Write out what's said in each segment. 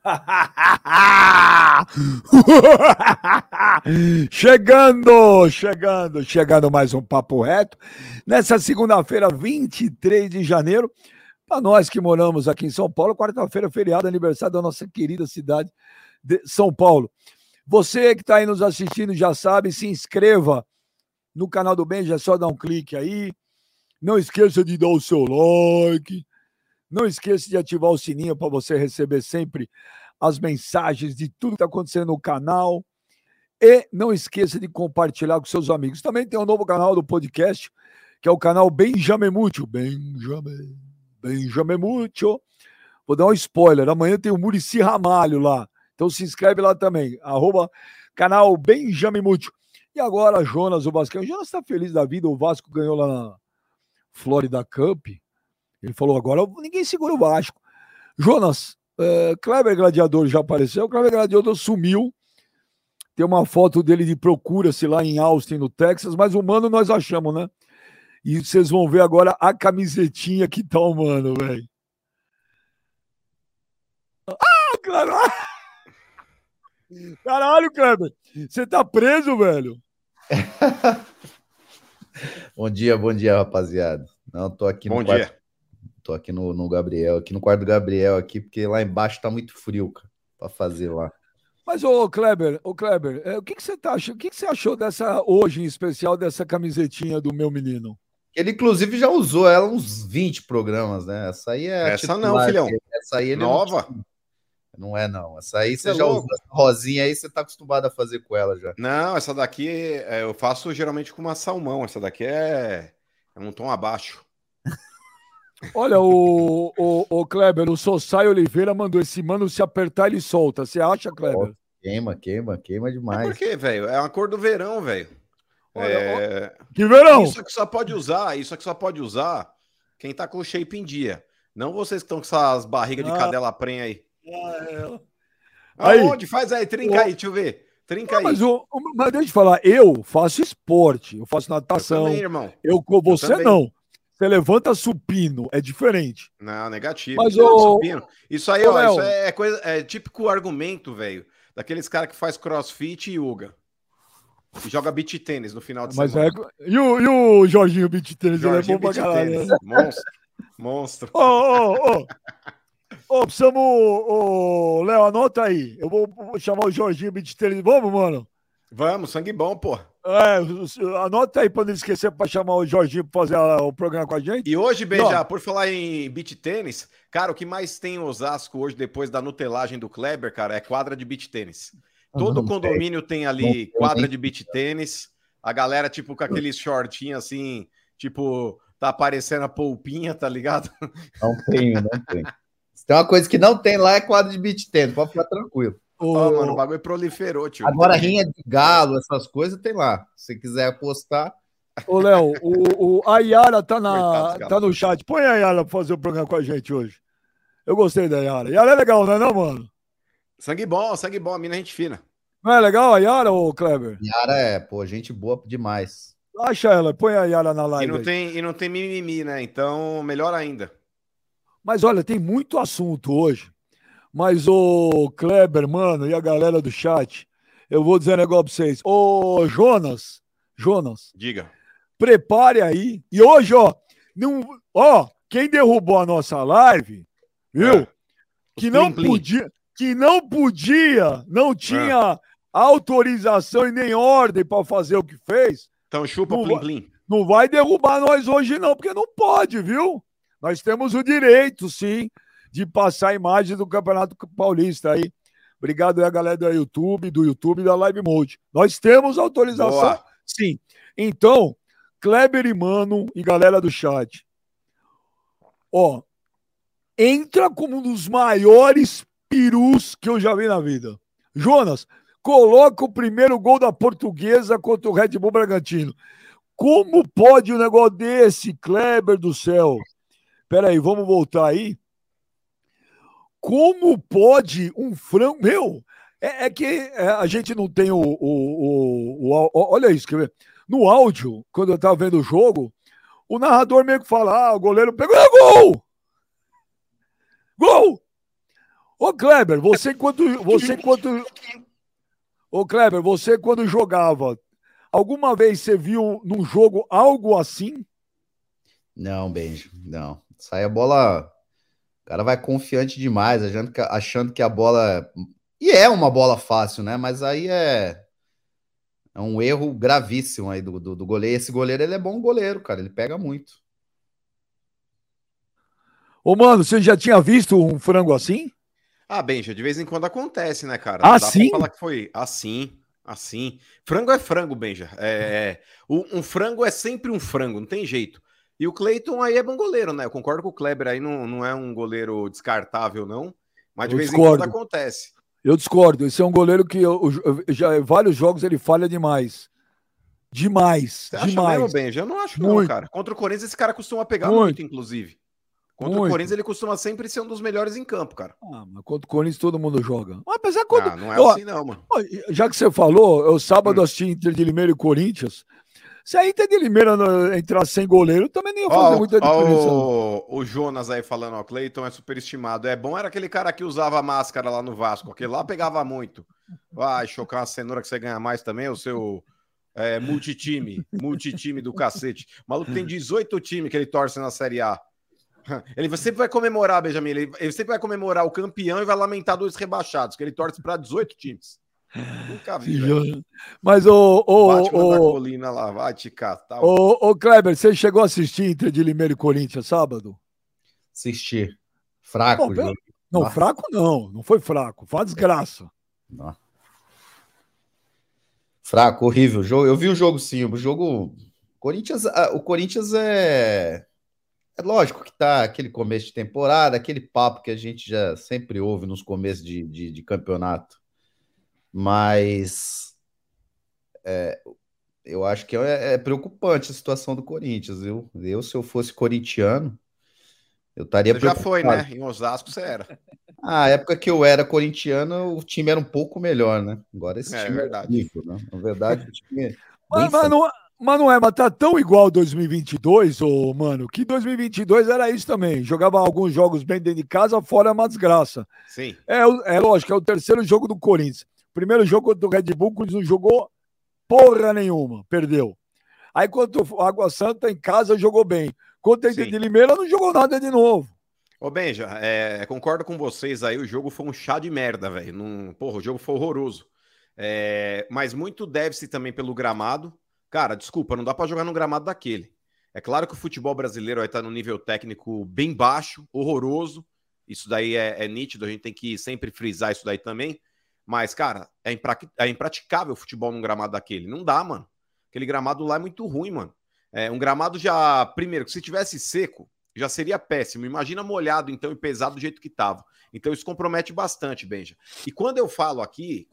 Chegando mais um Papo Reto. Nessa segunda-feira, 23 de janeiro, para nós que moramos aqui em São Paulo, quarta-feira, feriado, aniversário da nossa querida cidade de São Paulo. Você que está aí nos assistindo já sabe, se inscreva no canal do Benja, é só dar um clique aí. Não esqueça de dar o seu like. Não esqueça de ativar o sininho para você receber sempre as mensagens de tudo que está acontecendo no canal. E não esqueça de compartilhar com seus amigos. Também tem um novo canal do podcast, que é o canal Benjamin Múcio. Benjamin Múcio. Vou dar um spoiler. Amanhã tem o Muricy Ramalho lá. Então se inscreve lá também. @canal Benjamin Múcio. E agora, Jonas, o Vasco. O Jonas está feliz da vida. O Vasco ganhou lá na Florida Cup. Ele falou, agora ninguém segura o Vasco. Jonas, Kleber Gladiador já apareceu. O Kleber Gladiador sumiu. Tem uma foto dele de procura-se lá em Austin, no Texas, mas o mano nós achamos, né? E vocês vão ver agora a camisetinha que tá o mano, velho. Ah, caralho! Caralho, Kleber! Você tá preso, velho? Bom dia, rapaziada. Não, tô aqui no quarto. Tô aqui no Gabriel, aqui no quarto do Gabriel, aqui, porque lá embaixo tá muito frio, cara, pra fazer lá. Mas, ô Kleber, o que você tá achando? O que você achou dessa, hoje em especial, dessa camisetinha do meu menino? Ele, inclusive, já usou ela uns 20 programas, né? Essa aí é. Essa não, filhão. Essa aí ele nova. Não é, não. Essa aí você já usou. Essa rosinha aí você tá acostumado a fazer com ela já. Não, essa daqui eu faço geralmente com uma salmão. Essa daqui é um tom abaixo. Olha, o Kleber, o Sossai Oliveira mandou esse mano se apertar, ele solta. Você acha, Kleber? Queima demais. Mas por quê, velho? É uma cor do verão, velho. Que verão? Isso aqui só pode usar quem tá com o shape em dia. Não vocês que estão com essas barrigas de cadela prenha aí. Aonde? Faz aí, trinca aí, deixa eu ver. Trinca aí. Mas deixa eu te falar, eu faço esporte, eu faço natação. Eu também, irmão. Você não. Você levanta supino, é diferente. Não, negativo. Mas supino. Isso aí, ó, isso é coisa, é típico argumento, velho, daqueles caras que faz crossfit e yoga. E joga beach tênis no final de semana. E o Jorginho beach tênis, ele é bom pra caralho. Monstro. Precisamos... Léo, anota aí. Eu vou chamar o Jorginho beach tênis. Vamos, mano? Vamos, sangue bom, pô. Anota aí pra não esquecer pra chamar o Jorginho pra fazer o programa com a gente. E hoje, Benja, por falar em beach tênis, cara, o que mais tem em Osasco hoje, depois da nutelagem do Kleber, cara, é quadra de beach tênis. Todo condomínio tem ali quadra de beach tênis. A galera, tipo, com aqueles shortinhos assim, tipo, tá aparecendo a polpinha, tá ligado? Não tem. Se tem uma coisa que não tem lá é quadra de beach tênis, pode ficar tranquilo. Mano, o bagulho proliferou, tio. Agora, rinha de galo, essas coisas, tem lá. Se quiser apostar. Ô, Léo, a Yara tá no chat. Põe a Yara pra fazer o programa com a gente hoje. Eu gostei da Yara. Yara é legal, não é não, mano? Sangue bom, a mina é gente fina. Não é legal a Yara, ô Kleber? Yara é, gente boa demais. Acha ela, põe a Yara na live. E não tem mimimi, né? Então, melhor ainda. Mas olha, tem muito assunto hoje. Mas o Kleber, mano, e a galera do chat, eu vou dizer um negócio pra vocês. Ô, Jonas, diga. Prepare aí. E hoje, quem derrubou a nossa live, viu? Que não podia, não tinha autorização e nem ordem para fazer o que fez. Então chupa o plim-plim. Não vai derrubar nós hoje não, porque não pode, viu? Nós temos o direito, sim, de passar a imagem do Campeonato Paulista aí. Obrigado aí a galera do YouTube e da Live Mode. Nós temos autorização, boa. Sim. Então, Kleber e Mano e galera do chat, entra como um dos maiores perus que eu já vi na vida. Jonas, coloca o primeiro gol da Portuguesa contra o Red Bull Bragantino. Como pode um negócio desse, Kleber do céu? Peraí, vamos voltar aí. Como pode um frango... Meu, é que a gente não tem olha isso, quer ver? No áudio, quando eu tava vendo o jogo, o narrador meio que fala, o goleiro pegou, gol! Gol! Ô, Kleber, Ô, Kleber, você quando jogava, alguma vez você viu num jogo algo assim? Não, Benjo, não. Sai a bola. O cara vai confiante demais, achando que a bola. E é uma bola fácil, né? Mas aí é um erro gravíssimo aí do goleiro. Esse goleiro, ele é bom goleiro, cara. Ele pega muito. Ô, mano, você já tinha visto um frango assim? Ah, Benja, de vez em quando acontece, né, cara? Não dá Assim? pra falar que foi assim, assim. Frango é frango, Benja. Um frango é sempre um frango, não tem jeito. E o Cleiton aí é bom goleiro, né? Eu concordo com o Kleber aí, não é um goleiro descartável, não. Mas de vez em quando acontece. Eu discordo. Esse é um goleiro que já vários jogos ele falha demais. Demais. Você acha mesmo, Benja? Eu não acho não, cara. Contra o Corinthians esse cara costuma pegar muito inclusive. Contra o Corinthians ele costuma sempre ser um dos melhores em campo, cara. Ah, mas contra o Corinthians todo mundo joga. Mas apesar não é assim não, mano. Já que você falou, eu sábado assisti Inter de Limeira e Corinthians. Se a Inter de Limeira entrar sem goleiro, também nem ia fazer muita diferença. O Jonas aí falando, ó, Cleiton é superestimado. É bom, era aquele cara que usava máscara lá no Vasco, aquele lá pegava muito. Vai chocar uma cenoura que você ganha mais também, o seu multitime do cacete. O maluco tem 18 times que ele torce na Série A. Ele sempre vai comemorar, Benjamin, ele sempre vai comemorar o campeão e vai lamentar 2 rebaixados, que ele torce para 18 times. Nunca vi, velho. Mas da colina lá, vai te catar. Ô, Kleber, você chegou a assistir Inter de Limeira e Corinthians sábado? Assisti. Fraco, jogo. Não, fraco não foi fraco, foi uma desgraça. Não. Fraco, horrível. Eu vi o jogo sim, o jogo... O Corinthians é lógico que tá aquele começo de temporada, aquele papo que a gente já sempre ouve nos começos de campeonato. Mas eu acho que é preocupante a situação do Corinthians, viu? Se eu fosse corintiano, eu estaria preocupado. Já foi, né? Em Osasco você era. A época que eu era corintiano, o time era um pouco melhor, né? Agora esse time verdade. É horrível, né? Na verdade, o time mas tá tão igual 2022, mano, que 2022 era isso também. Jogava alguns jogos bem dentro de casa, fora é uma desgraça. Sim. É lógico, é o terceiro jogo do Corinthians. Primeiro jogo do Red Bull, o Corinthians não jogou porra nenhuma, perdeu. Aí contra o Água Santa, em casa, jogou bem. Contra o Inter de Limeira, não jogou nada de novo. Ô, Benja, concordo com vocês aí, o jogo foi um chá de merda, velho. Porra, o jogo foi horroroso. Mas muito deve-se também pelo gramado. Cara, desculpa, não dá pra jogar num gramado daquele. É claro que o futebol brasileiro vai estar num nível técnico bem baixo, horroroso. Isso daí é nítido, a gente tem que sempre frisar isso daí também. Mas, cara, é impraticável o futebol num gramado daquele. Não dá, mano. Aquele gramado lá é muito ruim, mano. Um gramado já... Primeiro, que se tivesse seco, já seria péssimo. Imagina molhado, então, e pesado do jeito que tava. Então, isso compromete bastante, Benja. E quando eu falo aqui,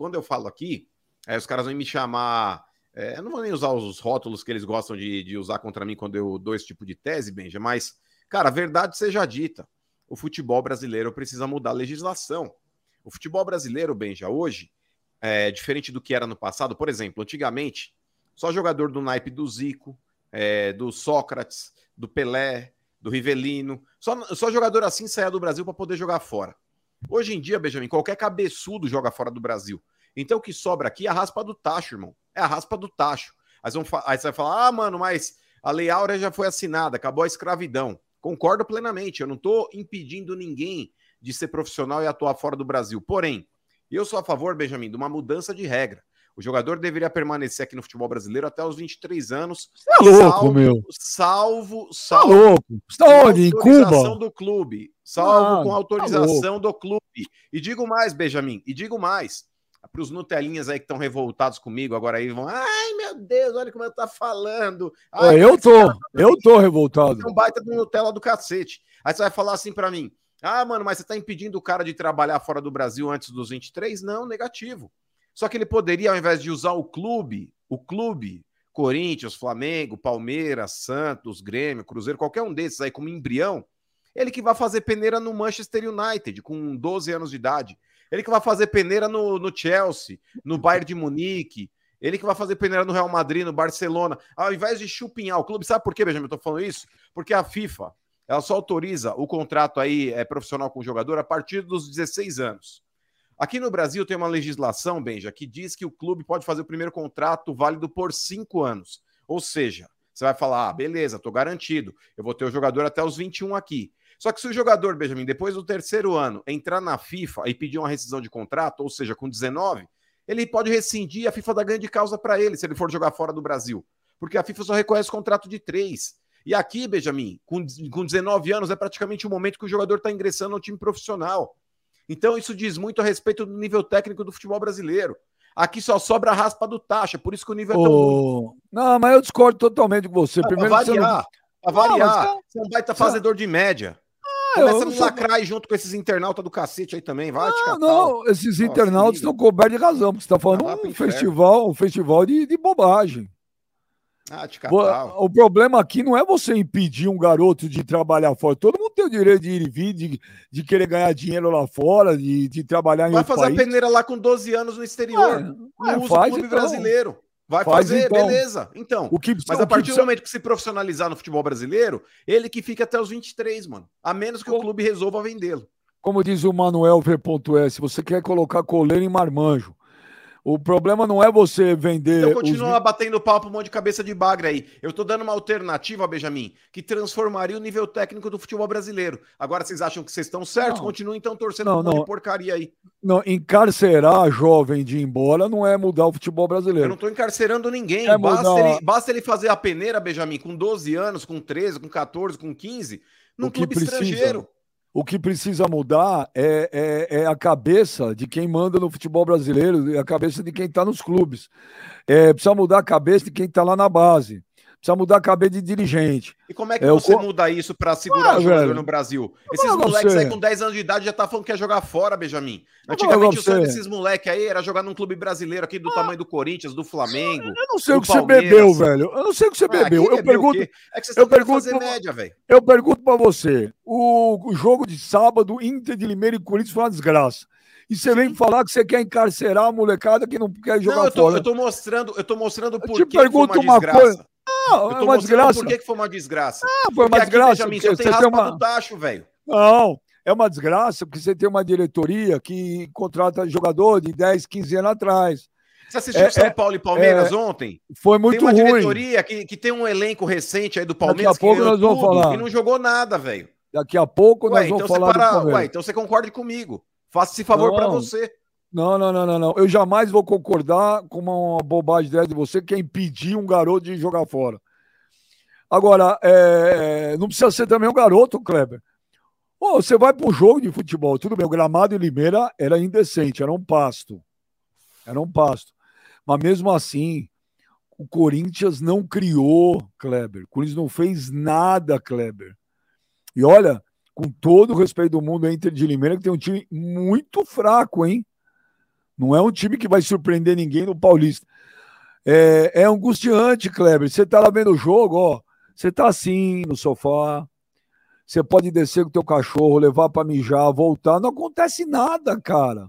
os caras vão me chamar... eu não vou nem usar os rótulos que eles gostam de usar contra mim quando eu dou esse tipo de tese, Benja, mas, cara, a verdade seja dita. O futebol brasileiro precisa mudar a legislação. O futebol brasileiro, Benja, hoje, diferente do que era no passado, por exemplo, antigamente, só jogador do naipe do Zico, do Sócrates, do Pelé, do Rivelino, só jogador assim saia do Brasil para poder jogar fora. Hoje em dia, Benjamin, qualquer cabeçudo joga fora do Brasil. Então o que sobra aqui é a raspa do tacho, irmão. É a raspa do tacho. Aí você vai falar, mano, mas a Lei Áurea já foi assinada, acabou a escravidão. Concordo plenamente, eu não estou impedindo ninguém de ser profissional e atuar fora do Brasil. Porém, eu sou a favor, Benjamin, de uma mudança de regra. O jogador deveria permanecer aqui no futebol brasileiro até os 23 anos. Você é louco, meu. Salvo. Tá louco. Você tá onde? Em Cuba? Autorização do clube. Salvo com autorização do clube. E digo mais, Benjamin, para os Nutelinhas aí que estão revoltados comigo agora aí, vão, ai meu Deus, olha como eu tá falando. Ai, eu tô revoltado. É um baita do Nutella do cacete. Aí você vai falar assim para mim, mano, mas você tá impedindo o cara de trabalhar fora do Brasil antes dos 23? Não, negativo. Só que ele poderia, ao invés de usar o clube, Corinthians, Flamengo, Palmeiras, Santos, Grêmio, Cruzeiro, qualquer um desses aí como embrião, ele que vai fazer peneira no Manchester United com 12 anos de idade. Ele que vai fazer peneira no Chelsea, no Bayern de Munique. Ele que vai fazer peneira no Real Madrid, no Barcelona. Ao invés de chupinhar o clube. Sabe por quê, Benjamin, eu tô falando isso? Porque a FIFA, ela só autoriza o contrato aí profissional com o jogador a partir dos 16 anos. Aqui no Brasil tem uma legislação, Benja, que diz que o clube pode fazer o primeiro contrato válido por 5 anos. Ou seja, você vai falar, beleza, tô garantido, eu vou ter o jogador até os 21 aqui. Só que se o jogador, Benjamin, depois do terceiro ano, entrar na FIFA e pedir uma rescisão de contrato, ou seja, com 19, ele pode rescindir e a FIFA dá ganho de causa para ele, se ele for jogar fora do Brasil. Porque a FIFA só reconhece contrato de 3. E aqui, Benjamin, com 19 anos, é praticamente o momento que o jogador está ingressando no time profissional. Então isso diz muito a respeito do nível técnico do futebol brasileiro. Aqui só sobra a raspa do taxa, por isso que o nível é tão ruim. Não, mas eu discordo totalmente com você. Primeiro, pra variar, você é um baita fazedor de média. Começa a me lacrar aí junto com esses internautas do cacete aí também, vai te catar. Não, esses internautas estão cobertos de razão, porque você está falando um festival de bobagem. Te catar. O problema aqui não é você impedir um garoto de trabalhar fora. Todo mundo tem o direito de ir e vir, de querer ganhar dinheiro lá fora, de trabalhar em outro país. Vai fazer a peneira lá com 12 anos no exterior. Não usa o clube brasileiro. Vai fazer, então. Beleza. Então, mas a partir do momento que se profissionalizar no futebol brasileiro, ele que fica até os 23, mano. A menos que o clube resolva vendê-lo. Como diz o Manuel V.S, você quer colocar coleiro em marmanjo. O problema não é você vender... Então continua batendo pau pro monte de cabeça de bagre aí. Eu tô dando uma alternativa, Benjamin, que transformaria o nível técnico do futebol brasileiro. Agora vocês acham que vocês estão certos? Continuem então torcendo um monte de porcaria aí. Não, encarcerar jovem de ir embora não é mudar o futebol brasileiro. Eu não tô encarcerando ninguém. Basta ele fazer a peneira, Benjamin, com 12 anos, com 13, com 14, com 15, num clube estrangeiro. O que precisa mudar é a cabeça de quem manda no futebol brasileiro e a cabeça de quem está nos clubes. Precisa mudar a cabeça de quem está lá na base. Precisa mudar a cabeça de dirigente. E como é que você muda isso para segurar o jogador no Brasil? Esses moleques aí com 10 anos de idade já tá falando que quer jogar fora, Benjamin. Antigamente o sonho desses moleques aí era jogar num clube brasileiro aqui do tamanho do Corinthians, do Flamengo. Eu não sei o que você bebeu, velho. Eu não sei o que você bebeu. Eu pergunto. É que vocês estão querendo fazer média, velho. Eu pergunto para você. O jogo de sábado, Inter de Limeira e Corinthians foi uma desgraça. E você vem falar que você quer encarcerar a molecada que não quer jogar fora. Eu tô mostrando por que foi uma desgraça. Não, é uma desgraça. Por que foi uma desgraça? Foi uma desgraça. Benjamin, só tem raspa do tacho, velho. Não, é uma desgraça porque você tem uma diretoria que contrata jogador de 10, 15 anos atrás. Você assistiu São Paulo e Palmeiras ontem? Foi muito ruim. Tem uma diretoria que tem um elenco recente aí do Palmeiras que nós vamos falar. E não jogou nada, velho. Daqui a pouco nós vamos falar do Palmeiras. Então você concorde comigo. Faça esse favor para você. Não. Eu jamais vou concordar com uma bobagem dessa de você que é impedir um garoto de jogar fora. Agora, não precisa ser também um garoto, Kleber. Você vai para um jogo de futebol, tudo bem, o gramado em Limeira era indecente, era um pasto. Mas mesmo assim, o Corinthians não criou, Kleber. O Corinthians não fez nada, Kleber. E olha, com todo o respeito do mundo, a Inter de Limeira, que tem um time muito fraco, hein? Não é um time que vai surpreender ninguém no Paulista. É angustiante, Kleber. Você tá lá vendo o jogo, ó. Você tá assim no sofá. Você pode descer com o teu cachorro, levar para mijar, voltar. Não acontece nada, cara.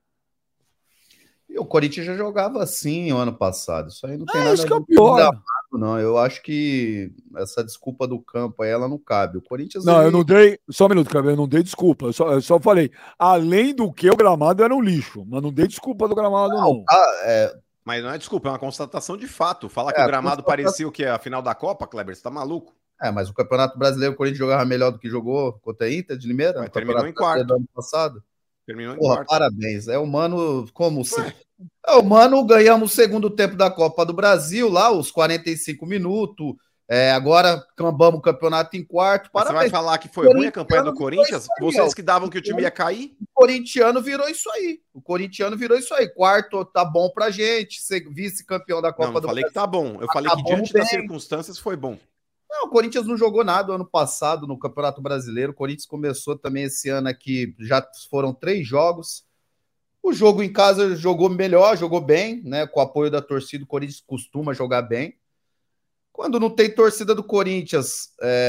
E o Corinthians já jogava assim o ano passado. Isso aí não tem nada isso que é o pior. Não, eu acho que essa desculpa do campo aí, ela não cabe. O Corinthians... Não, eu não dei... Só um minuto, Kleber, eu não dei desculpa. Eu só falei, além do que o gramado era um lixo. Mas não dei desculpa do gramado, não. Mas não é desculpa, é uma constatação de fato. Falar que o gramado parecia o que é a final da Copa, Kleber, você tá maluco? Mas o Campeonato Brasileiro, o Corinthians jogava melhor do que jogou contra a Inter de Limeira. Mas terminou em quarto. Do ano passado. Terminou em quarto. Parabéns. É o Mano, o Mano ganhamos o segundo tempo da Copa do Brasil, lá, os 45 minutos. Agora cambamos o campeonato em quarto. Parabéns. Você vai falar que foi ruim a campanha do Corinthians? Vocês que davam que o time ia cair? O corintiano virou isso aí. Quarto tá bom pra gente. Ser vice-campeão da Copa do Brasil. Eu falei que tá bom. Eu falei que diante das circunstâncias foi bom. Não, o Corinthians não jogou nada ano passado no Campeonato Brasileiro. O Corinthians começou também esse ano aqui, já foram 3 jogos. O jogo em casa jogou melhor, jogou bem, né? Com o apoio da torcida, o Corinthians costuma jogar bem. Quando não tem torcida do Corinthians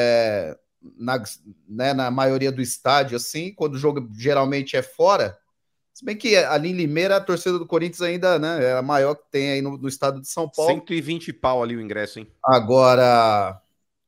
na maioria do estádio, assim, quando o jogo geralmente é fora, se bem que ali em Limeira a torcida do Corinthians ainda, né, é a maior que tem aí no estado de São Paulo. 120 pau ali o ingresso, hein? Agora...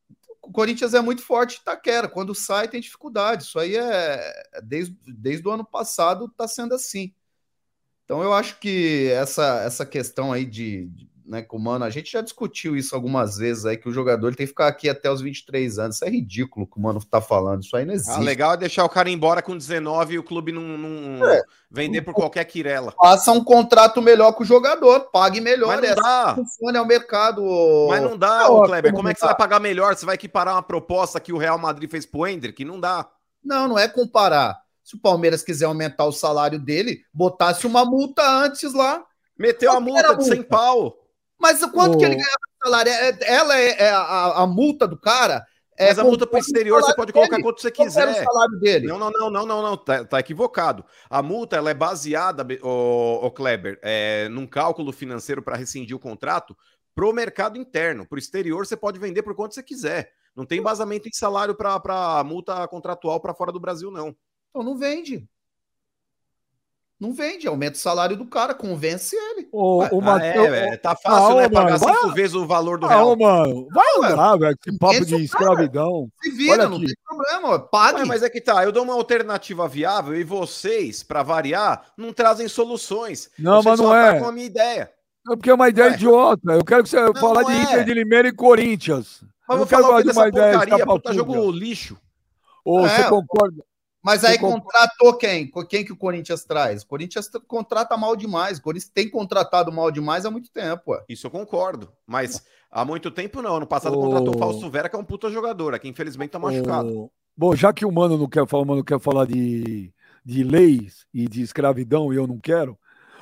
Corinthians é muito forte em Itaquera. Quando sai, tem dificuldade. Isso aí desde o ano passado está sendo assim. Então eu acho que essa questão aí né, com o Mano, a gente já discutiu isso algumas vezes aí, que o jogador ele tem que ficar aqui até os 23 anos. Isso é ridículo que o Mano tá falando. Isso aí não existe. Legal é deixar o cara embora com 19 e o clube não vender por qualquer quirela. Faça um contrato melhor com o jogador, pague melhor. Mas não dá. Funciona, é o mercado. Mas não dá, Kleber. Como é que você vai pagar melhor? Você vai equiparar uma proposta que o Real Madrid fez pro Endrick? Não dá. Não é comparar. Se o Palmeiras quiser aumentar o salário dele, botasse uma multa antes lá. Meteu a multa de 100 pau. Mas quanto que ele ganhava de salário? Ela é a multa do cara. Mas a multa para o exterior você pode colocar quanto você quiser. Qual era o salário dele? Não. Tá equivocado. A multa ela é baseada, o Kleber, num cálculo financeiro para rescindir o contrato pro mercado interno. Pro exterior você pode vender por quanto você quiser. Não tem embasamento em salário para multa contratual para fora do Brasil, não. Então não vende. Não vende, aumenta o salário do cara, convence ele. Tá fácil, né? Pagar 5 vezes o valor do real. Mano, vai lá, velho, que papo de escravidão. Se vira, não tem problema, pague. Mas é que tá, eu dou uma alternativa viável e vocês, pra variar, não trazem soluções. Não, mas não é. Com a minha ideia. É porque é uma ideia idiota. Eu quero que você fale de Inter de Limeira e Corinthians. Mas eu vou falar de uma ideia puta jogo lixo. Você concorda? Mas aí contratou quem? Quem que o Corinthians traz? O Corinthians contrata mal demais. O Corinthians tem contratado mal demais há muito tempo. Isso eu concordo. Mas há muito tempo não. Ano passado contratou o Fausto Vera, que é um puta jogador, que infelizmente tá machucado. Bom, já que o Mano não quer falar de leis e de escravidão e eu não quero.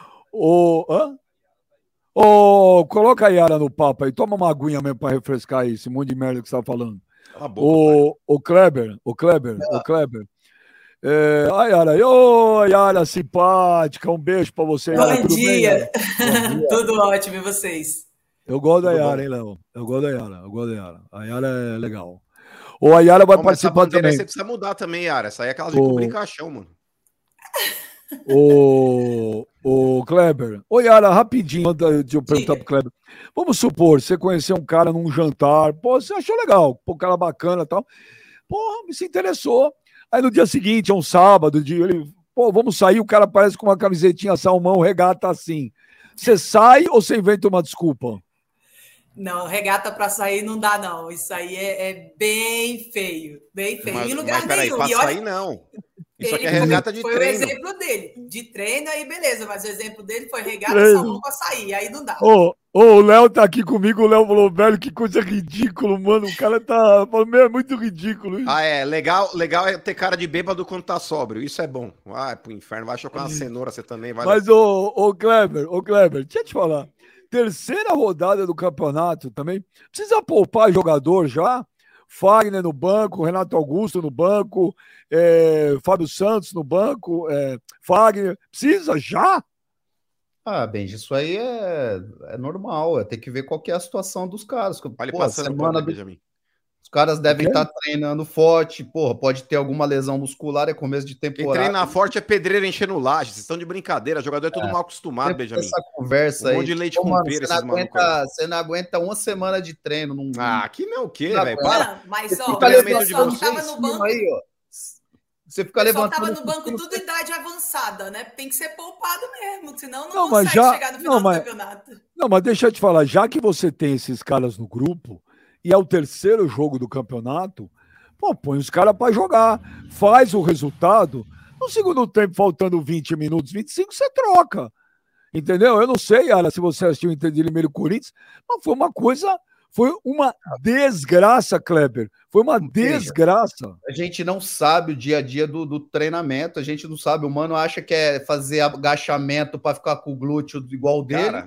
Coloca a Yara no papo aí. Toma uma aguinha mesmo pra refrescar esse monte de merda que você tá falando. O Kleber. Yara simpática, um beijo pra você. Yara. Bom dia. Tudo ótimo, e vocês? Eu gosto da Yara, hein, Léo? Eu gosto da Yara. A Yara é legal. A Yara vai participar também. Você precisa mudar também, Yara. Essa aí é aquela de cobrir caixão, mano. O Kleber. Yara, rapidinho, antes de eu perguntar pro Kleber. Vamos supor, você conheceu um cara num jantar, você achou legal, cara bacana e tal. Me se interessou. Aí no dia seguinte, é um sábado, vamos sair, o cara aparece com uma camisetinha salmão, regata assim. Você sai ou você inventa uma desculpa? Não, regata para sair não dá, não. Isso aí é bem feio. Bem feio. Em lugar nenhum. Para sair, não. Isso aqui é regata de treino. Foi o exemplo dele. De treino, aí beleza. Mas o exemplo dele foi regata salmão para sair. Aí não dá. O Léo tá aqui comigo, o Léo falou, velho, que coisa ridícula, mano. O cara tá falando, é muito ridículo. Isso. Legal é ter cara de bêbado quando tá sóbrio. Isso é bom. Vai pro inferno, vai chocar uma cenoura, você também vai. Mas, Kleber, deixa eu te falar. Terceira rodada do campeonato também. Precisa poupar jogador já? Fagner no banco, Renato Augusto no banco, Fábio Santos no banco, Fagner. Precisa já? Benji, isso aí é normal. Tem que ver qual que é a situação dos caras. Benjamin. Os caras devem estar treinando forte. Pode ter alguma lesão muscular, é começo de temporada. Quem treina forte é pedreiro enchendo laje. Vocês estão de brincadeira. Jogador é tudo mal acostumado, Benjamin. Essa conversa aí. Um monte de leite com pera, esses malucos. Você não aguenta uma semana de treino. Que não o quê, velho? Para. Mas, o pessoal não tava no banco. Aí, você fica levantando. Tava no banco tudo idade avançada, né? Tem que ser poupado mesmo, senão não consegue chegar no final do campeonato. Não, mas deixa eu te falar, já que você tem esses caras no grupo, e é o terceiro jogo do campeonato, põe os caras para jogar, faz o resultado, no segundo tempo, faltando 20 minutos, 25, você troca. Entendeu? Eu não sei, Ara, se você assistiu o Inter de Limeira e Corinthians, mas foi uma desgraça, Kleber. Foi uma desgraça. A gente não sabe o dia a dia do treinamento, a gente não sabe. O Mano acha que é fazer agachamento para ficar com o glúteo igual o dele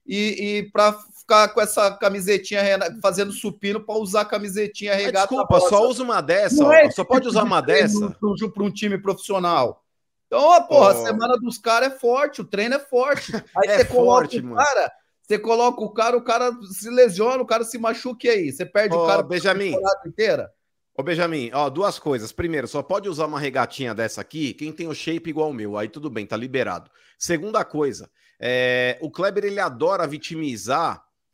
e para ficar com essa camisetinha fazendo supino para usar a camisetinha regata. Desculpa, só usa uma dessa. Só pode usar uma dessa para um time profissional. Então, a semana dos caras é forte, o treino é forte. Aí você coloca o cara. Você coloca o cara se lesiona, o cara se machuca e aí? Você perde o cara Benjamin, a temporada inteira? Benjamin, duas coisas. Primeiro, só pode usar uma regatinha dessa aqui quem tem o shape igual o meu. Aí tudo bem, tá liberado. Segunda coisa, o Kleber, ele adora vitimizar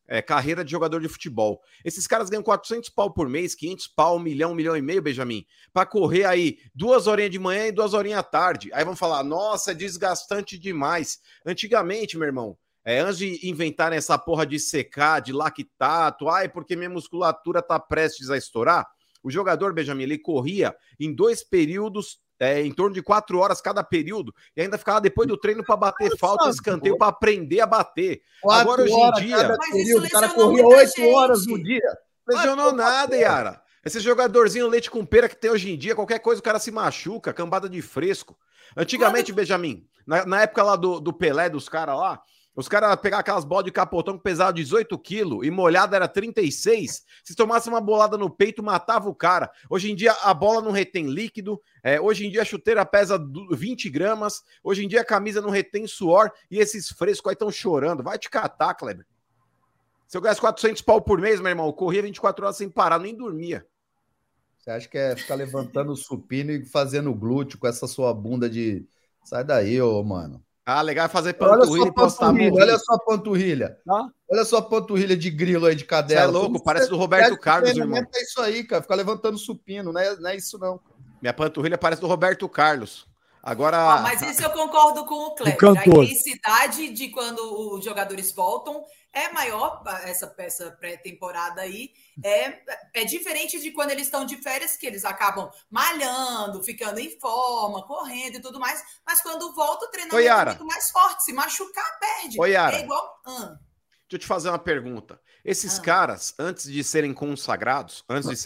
carreira de jogador de futebol. Esses caras ganham 400 pau por mês, 500 pau, 1 milhão e meio, Benjamin, para correr aí 2 horinhas de manhã e 2 horinhas à tarde. Aí vão falar, nossa, é desgastante demais. Antigamente, meu irmão, antes de inventarem essa porra de secar, de lactato, porque minha musculatura tá prestes a estourar, o jogador, Benjamin, ele corria em 2 períodos, em torno de 4 horas cada período, e ainda ficava depois do treino para bater falta, escanteio, para aprender a bater. Agora, hoje em dia... Período, o cara corria 8 horas no dia. Lesionou nada, Yara. Esse jogadorzinho leite com pera que tem hoje em dia, qualquer coisa o cara se machuca, cambada de fresco. Antigamente, Benjamin, na época lá do Pelé, dos caras lá, os caras pegavam aquelas bolas de capotão que pesavam 18 quilos e molhada era 36. Se tomasse uma bolada no peito, matava o cara. Hoje em dia a bola não retém líquido. Hoje em dia a chuteira pesa 20 gramas. Hoje em dia a camisa não retém suor. E esses frescos aí estão chorando. Vai te catar, Kleber. Se eu ganhasse 400 pau por mês, meu irmão, eu corria 24 horas sem parar, nem dormia. Você acha que é ficar levantando o supino e fazendo glúteo com essa sua bunda de... Sai daí, ô, mano. Legal é fazer panturrilha e postar a mão. Olha só a panturrilha. Olha só a panturrilha de grilo aí, de cadela. Você é louco, parece do Roberto Carlos, irmão. É isso aí, cara. Ficar levantando supino, não é isso não. Minha panturrilha parece do Roberto Carlos. Agora... mas isso eu concordo com o Kleber. A intensidade de quando os jogadores voltam é maior, essa pré-temporada aí, é diferente de quando eles estão de férias, que eles acabam malhando, ficando em forma, correndo e tudo mais, mas quando volta o treinamento é muito mais forte, se machucar, perde. Yara, é igual... Deixa eu te fazer uma pergunta. Esses caras, antes de serem consagrados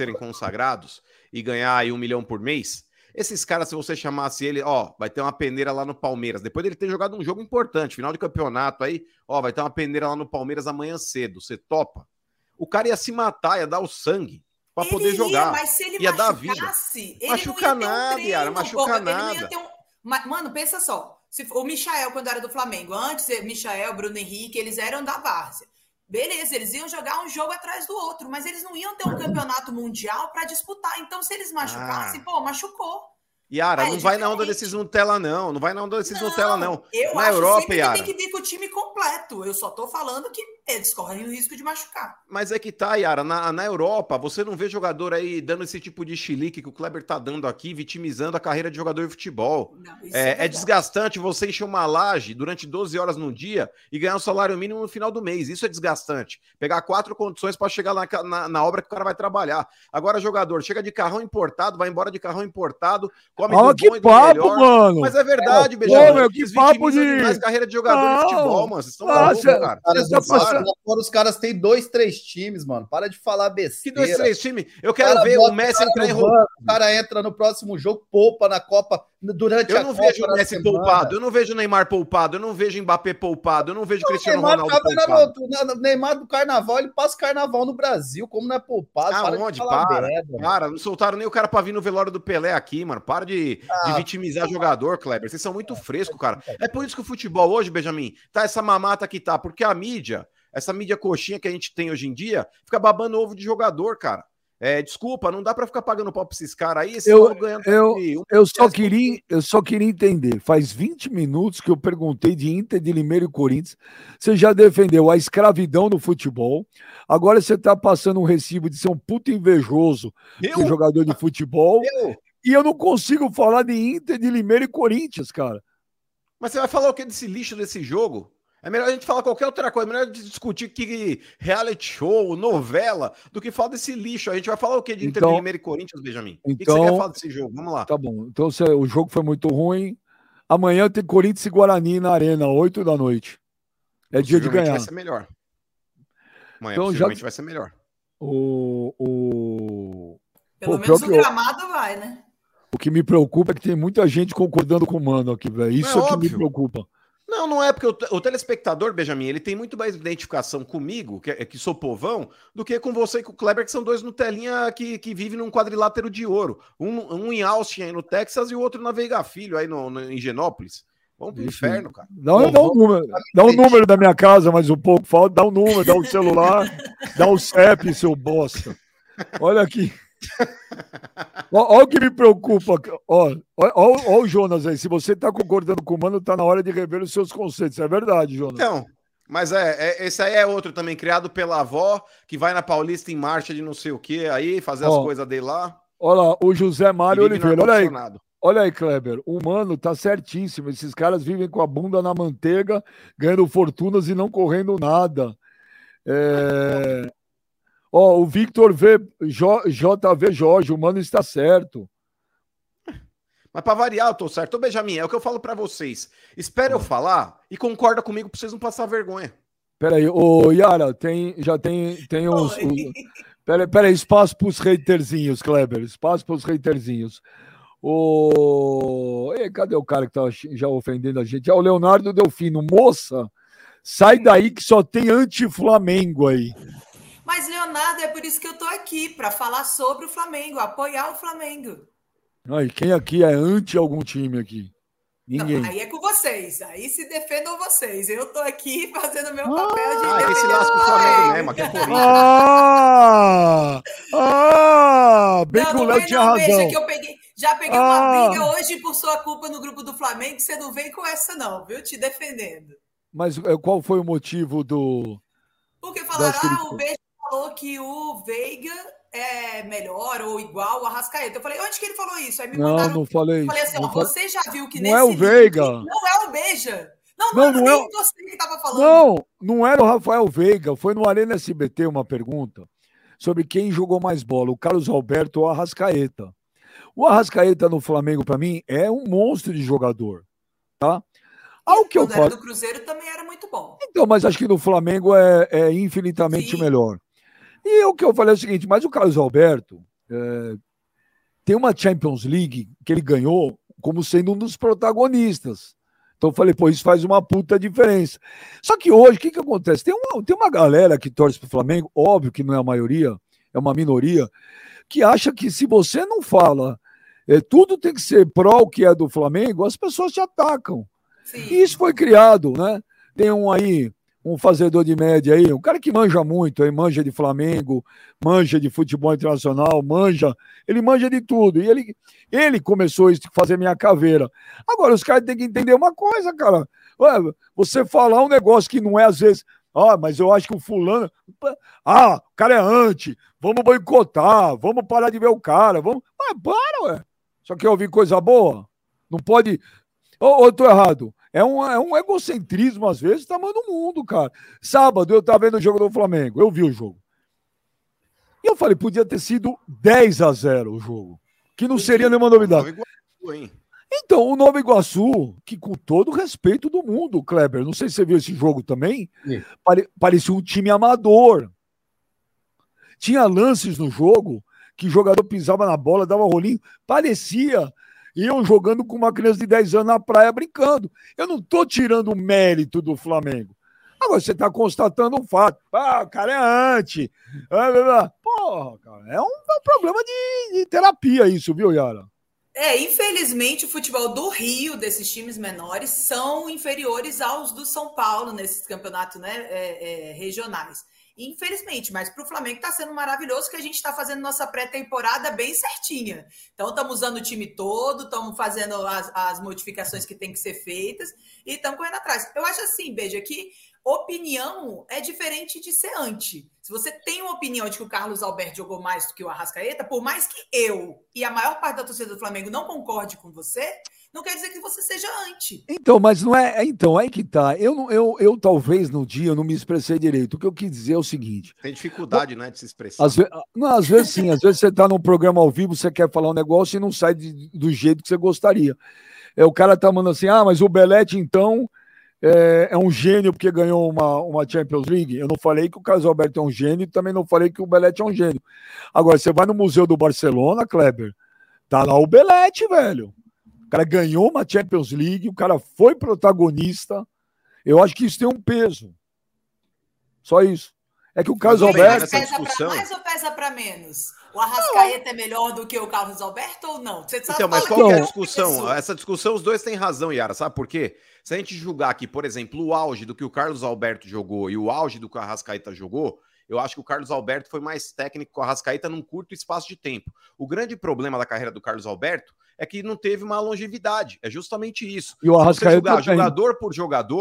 e ganhar aí 1 milhão por mês, esses caras, se você chamasse ele, vai ter uma peneira lá no Palmeiras, depois dele ter jogado um jogo importante, final de campeonato aí, vai ter uma peneira lá no Palmeiras amanhã cedo, você topa? O cara ia se matar, ia dar o sangue pra poder jogar. Mas se ele ia dar a vida. Machuca nada, Yara, machuca nada. Mano, pensa só, o Michael, quando era do Flamengo, antes, Michael, Bruno Henrique, eles eram da várzea. Beleza, eles iam jogar um jogo atrás do outro, mas eles não iam ter um campeonato mundial para disputar. Então, se eles machucassem, machucou. Yara, não vai na onda desses Nutella, não. Não vai na onda desses Nutella, não. Eu na acho Europa, sempre Yara, que tem que vir com o time completo. Eu só tô falando que eles correm o risco de machucar. Mas é que tá, Yara, na Europa, você não vê jogador aí dando esse tipo de chilique que o Kleber tá dando aqui, vitimizando a carreira de jogador de futebol. Não, é desgastante você encher uma laje durante 12 horas num dia e ganhar um salário mínimo no final do mês. Isso é desgastante. Pegar 4 condições para chegar na obra que o cara vai trabalhar. Agora, jogador, chega de carrão importado, vai embora de carrão importado, come do bom que e do papo, melhor. Mano. Mas é verdade, Benjamin. Que papo de... mais carreira de jogador de futebol, mano. Vocês estão malucos, cara. Os caras têm 2, 3 times, mano. Para de falar besteira. Que 2, 3 times? Eu quero ver o Messi entrar em roupa. O cara entra no próximo jogo, poupa na Copa durante a Copa. Eu não vejo o Messi poupado, eu não vejo o Neymar poupado, eu não vejo o Mbappé poupado, eu não vejo o Cristiano Ronaldo poupado. O Neymar do Carnaval, ele passa Carnaval no Brasil, como não é poupado. Aonde? Para, não soltaram nem o cara pra vir no velório do Pelé aqui, mano. Para de vitimizar jogador, Kleber. Vocês são muito frescos, cara. É por isso que o futebol hoje, Benjamin, tá essa mamata que tá, porque a mídia, essa mídia coxinha que a gente tem hoje em dia, fica babando ovo de jogador, cara. Desculpa, não dá pra ficar pagando pau pra esses caras aí. Eu só queria entender. Faz 20 minutos que eu perguntei de Inter de Limeira e Corinthians. Você já defendeu a escravidão no futebol. Agora você tá passando um recibo de ser um puto invejoso de jogador de futebol. E eu não consigo falar de Inter de Limeira e Corinthians, cara. Mas você vai falar o que desse lixo desse jogo? É melhor a gente falar qualquer outra coisa, é melhor discutir que reality show, novela, do que falar desse lixo. A gente vai falar o que de Inter de Limeira e Corinthians, Benjamin? O que você quer falar desse jogo? Vamos lá. Tá bom. Então o jogo foi muito ruim. Amanhã tem Corinthians e Guarani na Arena, 8 da noite. É dia de ganhar. Vai ser melhor. Amanhã então, possivelmente vai ser melhor. Pelo menos o gramado vai, né? O que me preocupa é que tem muita gente concordando com o Mano aqui, velho. Isso é que me preocupa. Não é, porque o telespectador, Benjamin, ele tem muito mais identificação comigo, que sou povão, do que com você e com o Kleber, que são 2 Nutelinha que vivem num quadrilátero de ouro. Um em Austin, aí no Texas, e o outro na Veiga Filho, aí em Higienópolis. Vamos pro inferno, cara. Dá um número da minha casa, mais um pouco. Dá um número, dá um celular, dá um CEP, seu bosta. Olha aqui. Olha o que me preocupa. Olha o Jonas aí. Se você está concordando com o Mano, está na hora de rever os seus conceitos. É verdade, Jonas. Então, Mas esse aí é outro também, criado pela avó, que vai na Paulista em marcha de não sei o que, aí fazer as coisas dele lá. Olha lá, o José Mário Oliveira, olha aí, Kleber, o Mano tá certíssimo, esses caras vivem com a bunda na manteiga, ganhando fortunas e não correndo nada. O Victor JV Jorge, o Mano está certo. Mas para variar, eu tô certo. Ô, Benjamin, é o que eu falo para vocês. Espera eu falar e concorda comigo para vocês não passar vergonha. Peraí, ô Yara, já tem uns... Peraí, espaço para os haterzinhos, Kleber, espaço para os haterzinhos. Cadê o cara que tá já ofendendo a gente? O Leonardo Delfino, moça, sai daí que só tem anti-Flamengo aí. Mas, Leonardo, é por isso que eu tô aqui, para falar sobre o Flamengo, apoiar o Flamengo. Ai, quem aqui é anti algum time aqui? Ninguém. Não, aí é com vocês, aí se defendam vocês. Eu tô aqui fazendo meu papel de... esse lasco do Flamengo mesmo, aqui é Corinthians. Bem que o Léo tinha razão. Veja que eu já peguei uma briga hoje por sua culpa no grupo do Flamengo, você não vem com essa não, viu? Te defendendo. Mas qual foi o motivo do... Porque falaram, o Beijo falou que o Veiga é melhor ou igual ao Arrascaeta. Eu falei, onde que ele falou isso? Aí me mandaram... Não falei. Eu falei assim, você já viu que nesse... Não é o Veiga. Não é o Beija. Não é você que estava falando. Não era o Rafael Veiga. Foi no Arena SBT uma pergunta sobre quem jogou mais bola, o Carlos Alberto ou o Arrascaeta. O Arrascaeta no Flamengo, para mim, é um monstro de jogador. Tá? O que eu falo... do Cruzeiro também era muito bom. Então, mas acho que no Flamengo é infinitamente melhor. E o que eu falei é o seguinte, mas o Carlos Alberto tem uma Champions League que ele ganhou como sendo um dos protagonistas. Então eu falei, isso faz uma puta diferença. Só que hoje, o que acontece? Tem uma galera que torce pro Flamengo, óbvio que não é a maioria, é uma minoria, que acha que se você não fala tudo tem que ser pró o que é do Flamengo, as pessoas te atacam. Sim. E isso foi criado, né? Tem um fazedor de média aí, um cara que manja muito, aí manja de Flamengo, manja de futebol internacional, ele manja de tudo. E ele começou a fazer minha caveira. Agora, os caras têm que entender uma coisa, cara. Você falar um negócio que não é, às vezes, mas eu acho que o fulano... o cara é anti, vamos boicotar, vamos parar de ver o cara, vamos... Ué. Só quer ouvir coisa boa? Não pode... Ou tô errado? É um egocentrismo, às vezes, tamanho do mundo, cara. Sábado eu tava vendo o jogo do Flamengo, eu vi o jogo. E eu falei, podia ter sido 10-0 o jogo, que não seria nenhuma novidade. Então, o Nova Iguaçu, que com todo o respeito do mundo, Kleber, não sei se você viu esse jogo também, parecia um time amador. Tinha lances no jogo que o jogador pisava na bola, dava rolinho, parecia eu jogando com uma criança de 10 anos na praia brincando. Eu não tô tirando o mérito do Flamengo. Agora você tá constatando um fato. O cara é anti. Porra, cara, é um problema de terapia isso, viu, Yara? Infelizmente o futebol do Rio, desses times menores, são inferiores aos do São Paulo nesses campeonatos, né, regionais. Infelizmente, mas para o Flamengo está sendo maravilhoso que a gente está fazendo nossa pré-temporada bem certinha. Então, estamos usando o time todo, estamos fazendo as modificações que tem que ser feitas e estamos correndo atrás. Eu acho assim, Beija, que opinião é diferente de ser anti. Se você tem uma opinião de que o Carlos Alberto jogou mais do que o Arrascaeta, por mais que eu e a maior parte da torcida do Flamengo não concorde com você, não quer dizer que você seja anti. Então, mas não é. Então, aí que tá. Eu talvez no dia eu não me expressei direito. O que eu quis dizer é o seguinte. Tem dificuldade, né, de se expressar. Às vezes sim, às vezes você tá num programa ao vivo, você quer falar um negócio e não sai do jeito que você gostaria. O cara tá mandando assim, mas o Belete, então, é um gênio porque ganhou uma Champions League. Eu não falei que o Carlos Alberto é um gênio, também não falei que o Belete é um gênio. Agora, você vai no Museu do Barcelona, Kleber, tá lá o Belete, velho. O cara ganhou uma Champions League, o cara foi protagonista. Eu acho que isso tem um peso. Só isso. É que o Carlos Alberto... Mas pesa para mais ou pesa para menos? O Arrascaeta é melhor do que o Carlos Alberto ou não? Então, mas qual que é a discussão? Essa discussão, os dois têm razão, Yara. Sabe por quê? Se a gente julgar aqui, por exemplo, o auge do que o Carlos Alberto jogou e o auge do que o Arrascaeta jogou, eu acho que o Carlos Alberto foi mais técnico que o Arrascaeta num curto espaço de tempo. O grande problema da carreira do Carlos Alberto é que não teve uma longevidade. É justamente isso. E o Arrascaeta jogador por jogador,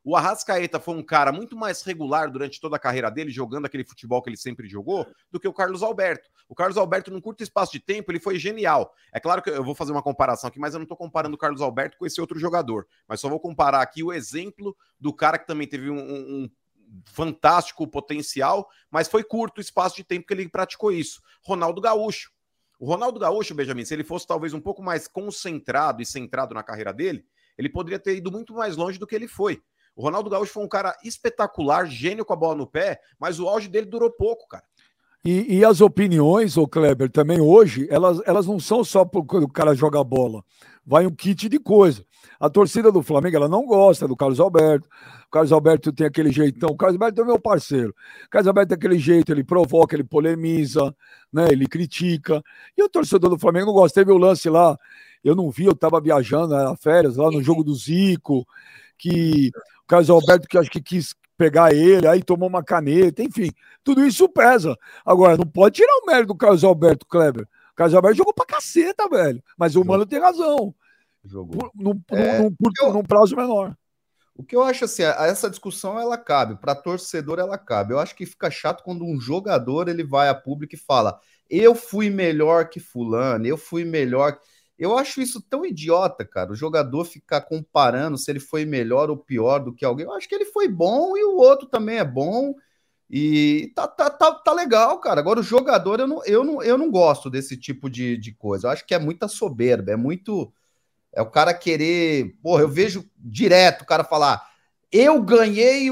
O Arrascaeta foi um cara muito mais regular durante toda a carreira dele, jogando aquele futebol que ele sempre jogou, do que o Carlos Alberto. O Carlos Alberto, num curto espaço de tempo, ele foi genial. É claro que eu vou fazer uma comparação aqui, mas eu não estou comparando o Carlos Alberto com esse outro jogador. Mas só vou comparar aqui o exemplo do cara que também teve um fantástico potencial, mas foi curto o espaço de tempo que ele praticou isso. Ronaldo Gaúcho. O Ronaldo Gaúcho, Benjamin, se ele fosse talvez um pouco mais concentrado e centrado na carreira dele, ele poderia ter ido muito mais longe do que ele foi. O Ronaldo Gaúcho foi um cara espetacular, gênio com a bola no pé, mas o auge dele durou pouco, cara. E as opiniões, ô Kleber, também hoje, elas não são só porque o cara joga bola. Vai um kit de coisa. A torcida do Flamengo, ela não gosta do Carlos Alberto. O Carlos Alberto tem aquele jeitão. O Carlos Alberto é meu parceiro. O Carlos Alberto tem aquele jeito, ele provoca, ele polemiza, né? Ele critica. E o torcedor do Flamengo não gosta. Teve o lance lá, eu não vi, eu estava viajando na férias, lá no jogo do Zico, que o Carlos Alberto, que acho que quis pegar ele, aí tomou uma caneta, enfim, tudo isso pesa. Agora, não pode tirar o mérito do Carlos Alberto, Kleber. O Carlos Alberto jogou pra caceta, velho. Mas o Mano tem razão. Jogou. Num prazo menor. O que eu acho assim, essa discussão ela cabe, para torcedor ela cabe. Eu acho que fica chato quando um jogador ele vai a público e fala: eu fui melhor que fulano, eu fui melhor. Eu acho isso tão idiota, cara. O jogador ficar comparando se ele foi melhor ou pior do que alguém. Eu acho que ele foi bom e o outro também é bom. E tá legal, cara. Agora, o jogador, eu não gosto desse tipo de coisa. Eu acho que é muita soberba, é muito. É o cara querer. Porra, eu vejo direto o cara falar: eu ganhei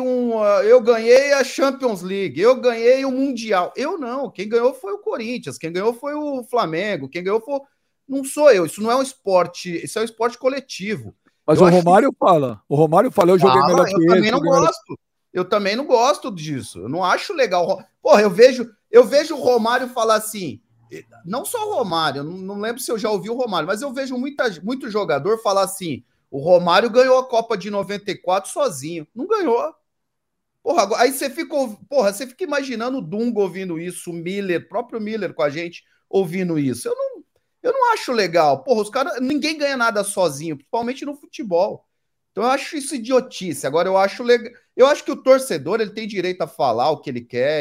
a Champions League, eu ganhei o Mundial. Eu não, quem ganhou foi o Corinthians, quem ganhou foi o Flamengo, quem ganhou foi. Não sou eu, isso não é um esporte, isso é um esporte coletivo. Mas o Romário fala, eu joguei melhor que ele. Eu também não gosto. Eu também não gosto disso. Eu não acho legal. Porra, eu vejo o Romário falar assim, não só o Romário, eu não lembro se eu já ouvi o Romário, mas eu vejo muito jogador falar assim: o Romário ganhou a Copa de 94 sozinho. Não ganhou. Porra, aí você fica imaginando o Dunga ouvindo isso, o próprio Miller com a gente ouvindo isso. Eu não acho legal. Porra, os caras, ninguém ganha nada sozinho, principalmente no futebol. Então eu acho isso idiotice. Agora eu acho legal. Eu acho que o torcedor ele tem direito a falar o que ele quer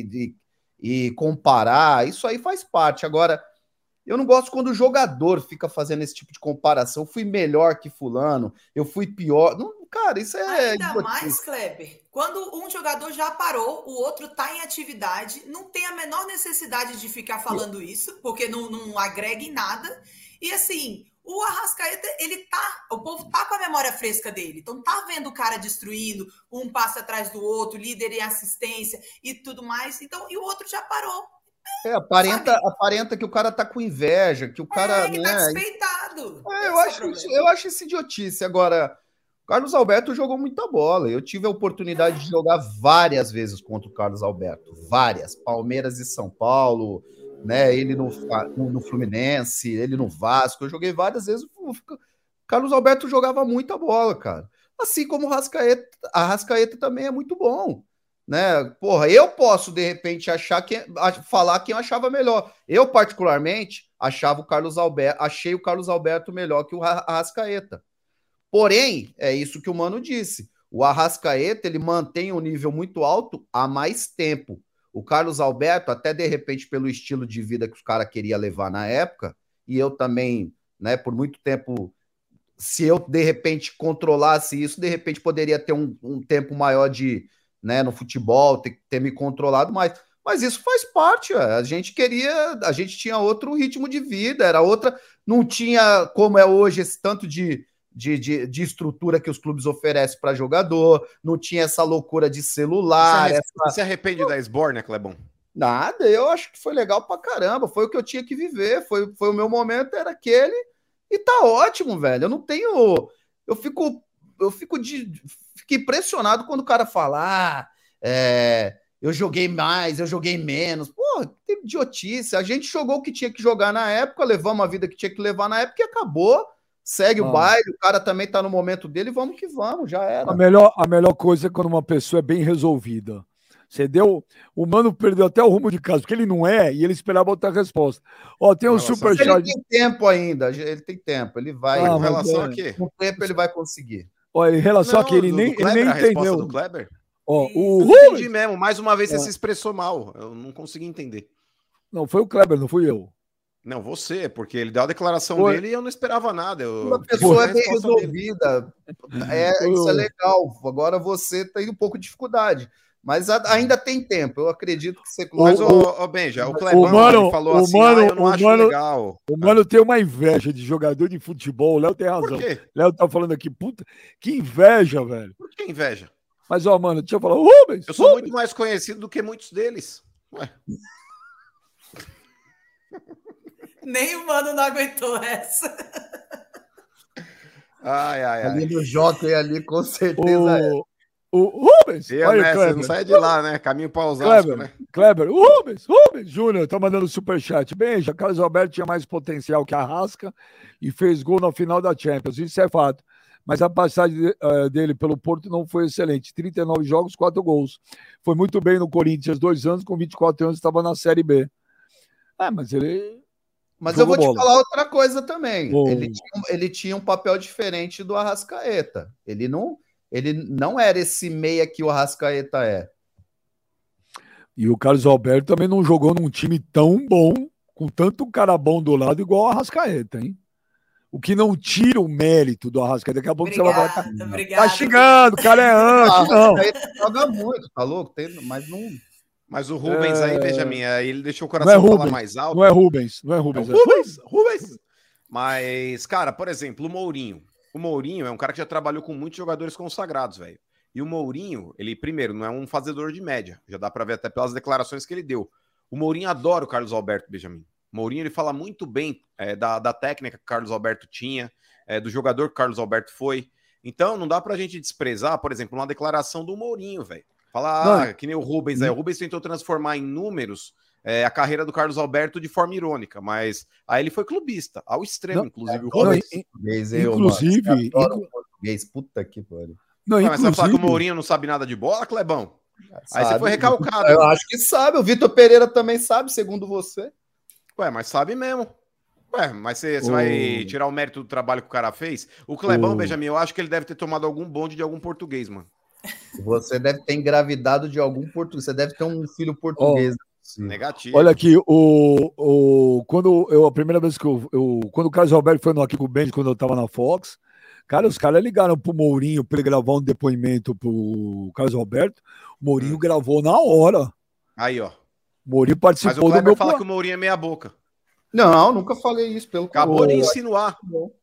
e comparar. Isso aí faz parte. Agora, eu não gosto quando o jogador fica fazendo esse tipo de comparação. Eu fui melhor que fulano, eu fui pior. Não, cara, isso é ainda idiotice. Mais, Kleber, quando um jogador já parou, o outro está em atividade, não tem a menor necessidade de ficar falando isso, porque não agrega em nada. E assim, o Arrascaeta, o povo tá com a memória fresca dele, então tá vendo o cara destruindo, um passo atrás do outro, líder em assistência e tudo mais, então, e o outro já parou. Aparenta que o cara tá com inveja, que o cara... que tá despeitado. Eu acho isso idiotice. Agora, o Carlos Alberto jogou muita bola. Eu tive a oportunidade de jogar várias vezes contra o Carlos Alberto. Várias. Palmeiras e São Paulo, né? Ele no Fluminense, ele no Vasco. Eu joguei várias vezes. O Carlos Alberto jogava muita bola, cara. Assim como o Arrascaeta também é muito bom. Né? Porra, eu posso, de repente, falar quem eu achava melhor. Eu, particularmente, achei o Carlos Alberto melhor que o Arrascaeta. Porém, é isso que o Mano disse. O Arrascaeta, ele mantém um nível muito alto há mais tempo. O Carlos Alberto, até de repente, pelo estilo de vida que os caras queriam levar na época, e eu também, né, por muito tempo, se eu, de repente, controlasse isso, de repente, poderia ter um tempo maior né, no futebol, ter me controlado mais. Mas isso faz parte, a gente tinha outro ritmo de vida, era outra, não tinha como é hoje esse tanto de estrutura que os clubes oferecem para jogador, não tinha essa loucura de celular. Você se arrepende da Esbórnia, Clebão? Nada, eu acho que foi legal pra caramba, foi o que eu tinha que viver, foi o meu momento, era aquele, e tá ótimo, velho. Eu não tenho... Eu fico impressionado quando o cara fala: eu joguei mais, eu joguei menos. Pô, que idiotice. A gente jogou o que tinha que jogar na época, levamos a vida que tinha que levar na época e acabou. Segue o baile, o cara também tá no momento dele, vamos que vamos, já era. A melhor coisa é quando uma pessoa é bem resolvida. O Mano perdeu até o rumo de casa, porque ele não é, e ele esperava outra resposta. Ó, tem um superchat. Ele tem tempo ainda, ele tem tempo, ele vai. Com relação a quê? Com o tempo ele vai conseguir. Olha, em relação a que ele nem entendeu. Do Kleber? Ó, eu entendi mesmo. Mais uma vez você se expressou mal. Eu não consegui entender. Não, foi o Kleber, não fui eu. Não, você, porque ele deu a declaração dele e eu não esperava nada. Uma pessoa é bem resolvida. Isso é legal. Agora você tem um pouco de dificuldade. Mas ainda tem tempo. Eu acredito que você... Mas, Benja, o Clebão falou assim, eu não acho legal. O Mano tem uma inveja de jogador de futebol. O Léo tem razão. Por quê? Léo tá falando aqui, puta, que inveja, velho. Por que inveja? Mas, mano, deixa eu falar. Rubens! Eu sou muito mais conhecido do que muitos deles. Ué. Nem o Mano não aguentou essa. Ai. Ali no Jockey, ali, com certeza O Rubens! Olha, né, você não sai de lá, né? Caminho para Osasco, né? Kleber, o Rubens Júnior tá mandando superchat. Benja, Carlos Alberto tinha mais potencial que a Arrasca e fez gol na final da Champions. Isso é fato. Mas a passagem dele pelo Porto não foi excelente. 39 jogos, 4 gols. Foi muito bem no Corinthians, 2 anos, com 24 anos estava na Série B. Mas ele... Mas eu vou te falar outra coisa também. Ele tinha um papel diferente do Arrascaeta. Ele não era esse meia que o Arrascaeta é. E o Carlos Alberto também não jogou num time tão bom, com tanto cara bom do lado, igual o Arrascaeta, hein? O que não tira o mérito do Arrascaeta. Daqui a pouco você vai falar. Tá xingando, o cara é antes, não. Joga muito, tá louco? Mas não... Mas o Rubens aí, Benjamin, aí ele deixou o coração falar mais alto. Não é Rubens. Rubens. Mas, cara, por exemplo, o Mourinho. O Mourinho é um cara que já trabalhou com muitos jogadores consagrados, velho. E o Mourinho, ele, primeiro, não é um fazedor de média. Já dá pra ver até pelas declarações que ele deu. O Mourinho adora o Carlos Alberto, Benjamin. O Mourinho, ele fala muito bem da técnica que o Carlos Alberto tinha, do jogador que o Carlos Alberto foi. Então, não dá pra gente desprezar, por exemplo, uma declaração do Mourinho, velho. Falar que nem o Rubens aí. O Rubens tentou transformar em números a carreira do Carlos Alberto de forma irônica, mas aí ele foi clubista, ao extremo, inclusive. O Rubens. Inclusive... português, puta que pariu. Mas você vai falar que o Mourinho não sabe nada de bola, Clebão? Aí você foi recalcado. Eu acho que sabe. O Vitor Pereira também sabe, segundo você. Mas sabe mesmo. Mas você vai tirar o mérito do trabalho que o cara fez? O Clebão, Benjamin, eu acho que ele deve ter tomado algum bonde de algum português, mano. Você deve ter engravidado de algum português. Você deve ter um filho português. Negativo. Olha aqui, a primeira vez que quando o Carlos Alberto foi no Aqui com o Benji, quando eu tava na Fox, cara, os caras ligaram pro Mourinho pra ele gravar um depoimento pro Carlos Alberto. O Mourinho gravou na hora. Aí, ó. O Mourinho participou do meu fala que o Mourinho é meia boca. Não, nunca falei isso. Acabou de insinuar.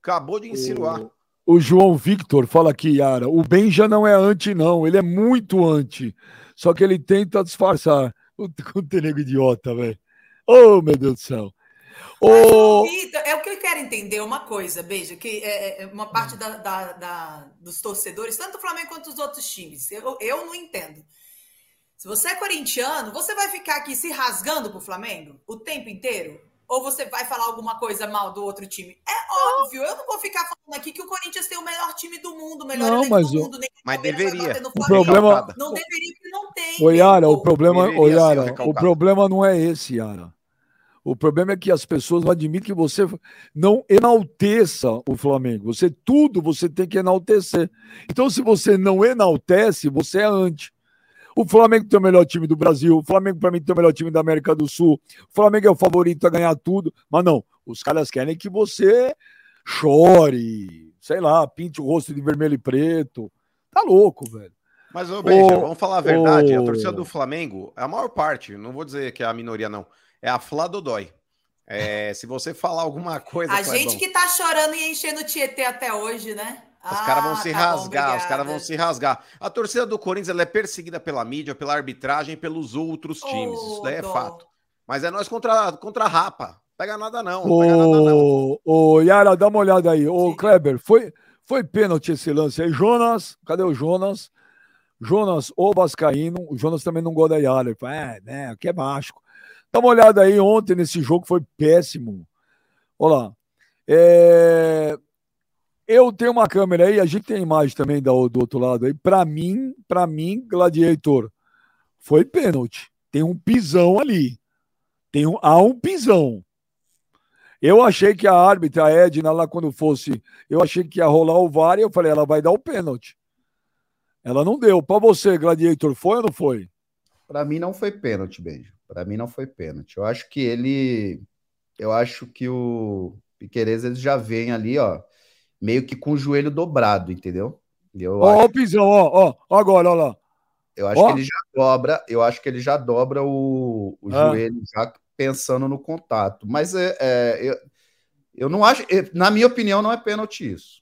O João Victor fala aqui, Yara, o Benja não é anti, não. Ele é muito anti. Só que ele tenta disfarçar. Quanto nego idiota, velho. Oh, meu Deus do céu. Vitor, é o que eu quero entender uma coisa, Benja, que é uma parte dos torcedores, tanto do Flamengo quanto dos outros times. Eu não entendo. Se você é corintiano, você vai ficar aqui se rasgando pro Flamengo o tempo inteiro? Ou você vai falar alguma coisa mal do outro time? É óbvio, eu não vou ficar falando aqui que o Corinthians tem o melhor time do mundo, o melhor elenco do mundo. Mas deveria. O problema... Não deveria, porque não tem. Ô, Yara, o problema não é esse, Yara. O problema é que as pessoas não admitem que você não enalteça o Flamengo. Você tem que enaltecer. Então, se você não enaltece, você é anti. O Flamengo tem o melhor time do Brasil. O Flamengo, para mim, tem o melhor time da América do Sul. O Flamengo é o favorito a ganhar tudo. Mas não, os caras querem que você chore, sei lá, pinte o rosto de vermelho e preto. Tá louco, velho. Mas, Benja, vamos falar a verdade. A torcida do Flamengo, a maior parte, não vou dizer que é a minoria, não. É a Flá Dodói. Se você falar alguma coisa... A gente que tá chorando e enchendo o Tietê até hoje, né? Os caras vão se rasgar, os caras vão se rasgar. A torcida do Corinthians ela é perseguida pela mídia, pela arbitragem, pelos outros times. Isso daí é fato. Mas é nós contra a Rapa. Pega nada não. Yara, dá uma olhada aí. Ô, Kleber, foi pênalti esse lance aí. Jonas, cadê o Jonas? Jonas, o vascaíno. O Jonas também não gosta da Yara. Ele fala, aqui é Vasco. Dá uma olhada aí ontem nesse jogo, foi péssimo. Olha lá. Eu tenho uma câmera aí, a gente tem imagem também do outro lado aí. Para mim, Gladiator, foi pênalti. Tem um pisão ali. Há um pisão. Eu achei que a árbitra, a Edna, lá quando fosse, eu achei que ia rolar o VAR e eu falei, ela vai dar o pênalti. Ela não deu. Para você, Gladiator, foi ou não foi? Para mim não foi pênalti, Beijo. Para mim não foi pênalti. Eu acho que o Piquerez ele já vem ali, ó, meio que com o joelho dobrado, entendeu? Ó, o pisão, ó, agora, ó lá. Eu acho que ele já dobra o joelho, já pensando no contato. Mas eu não acho, na minha opinião, não é pênalti isso.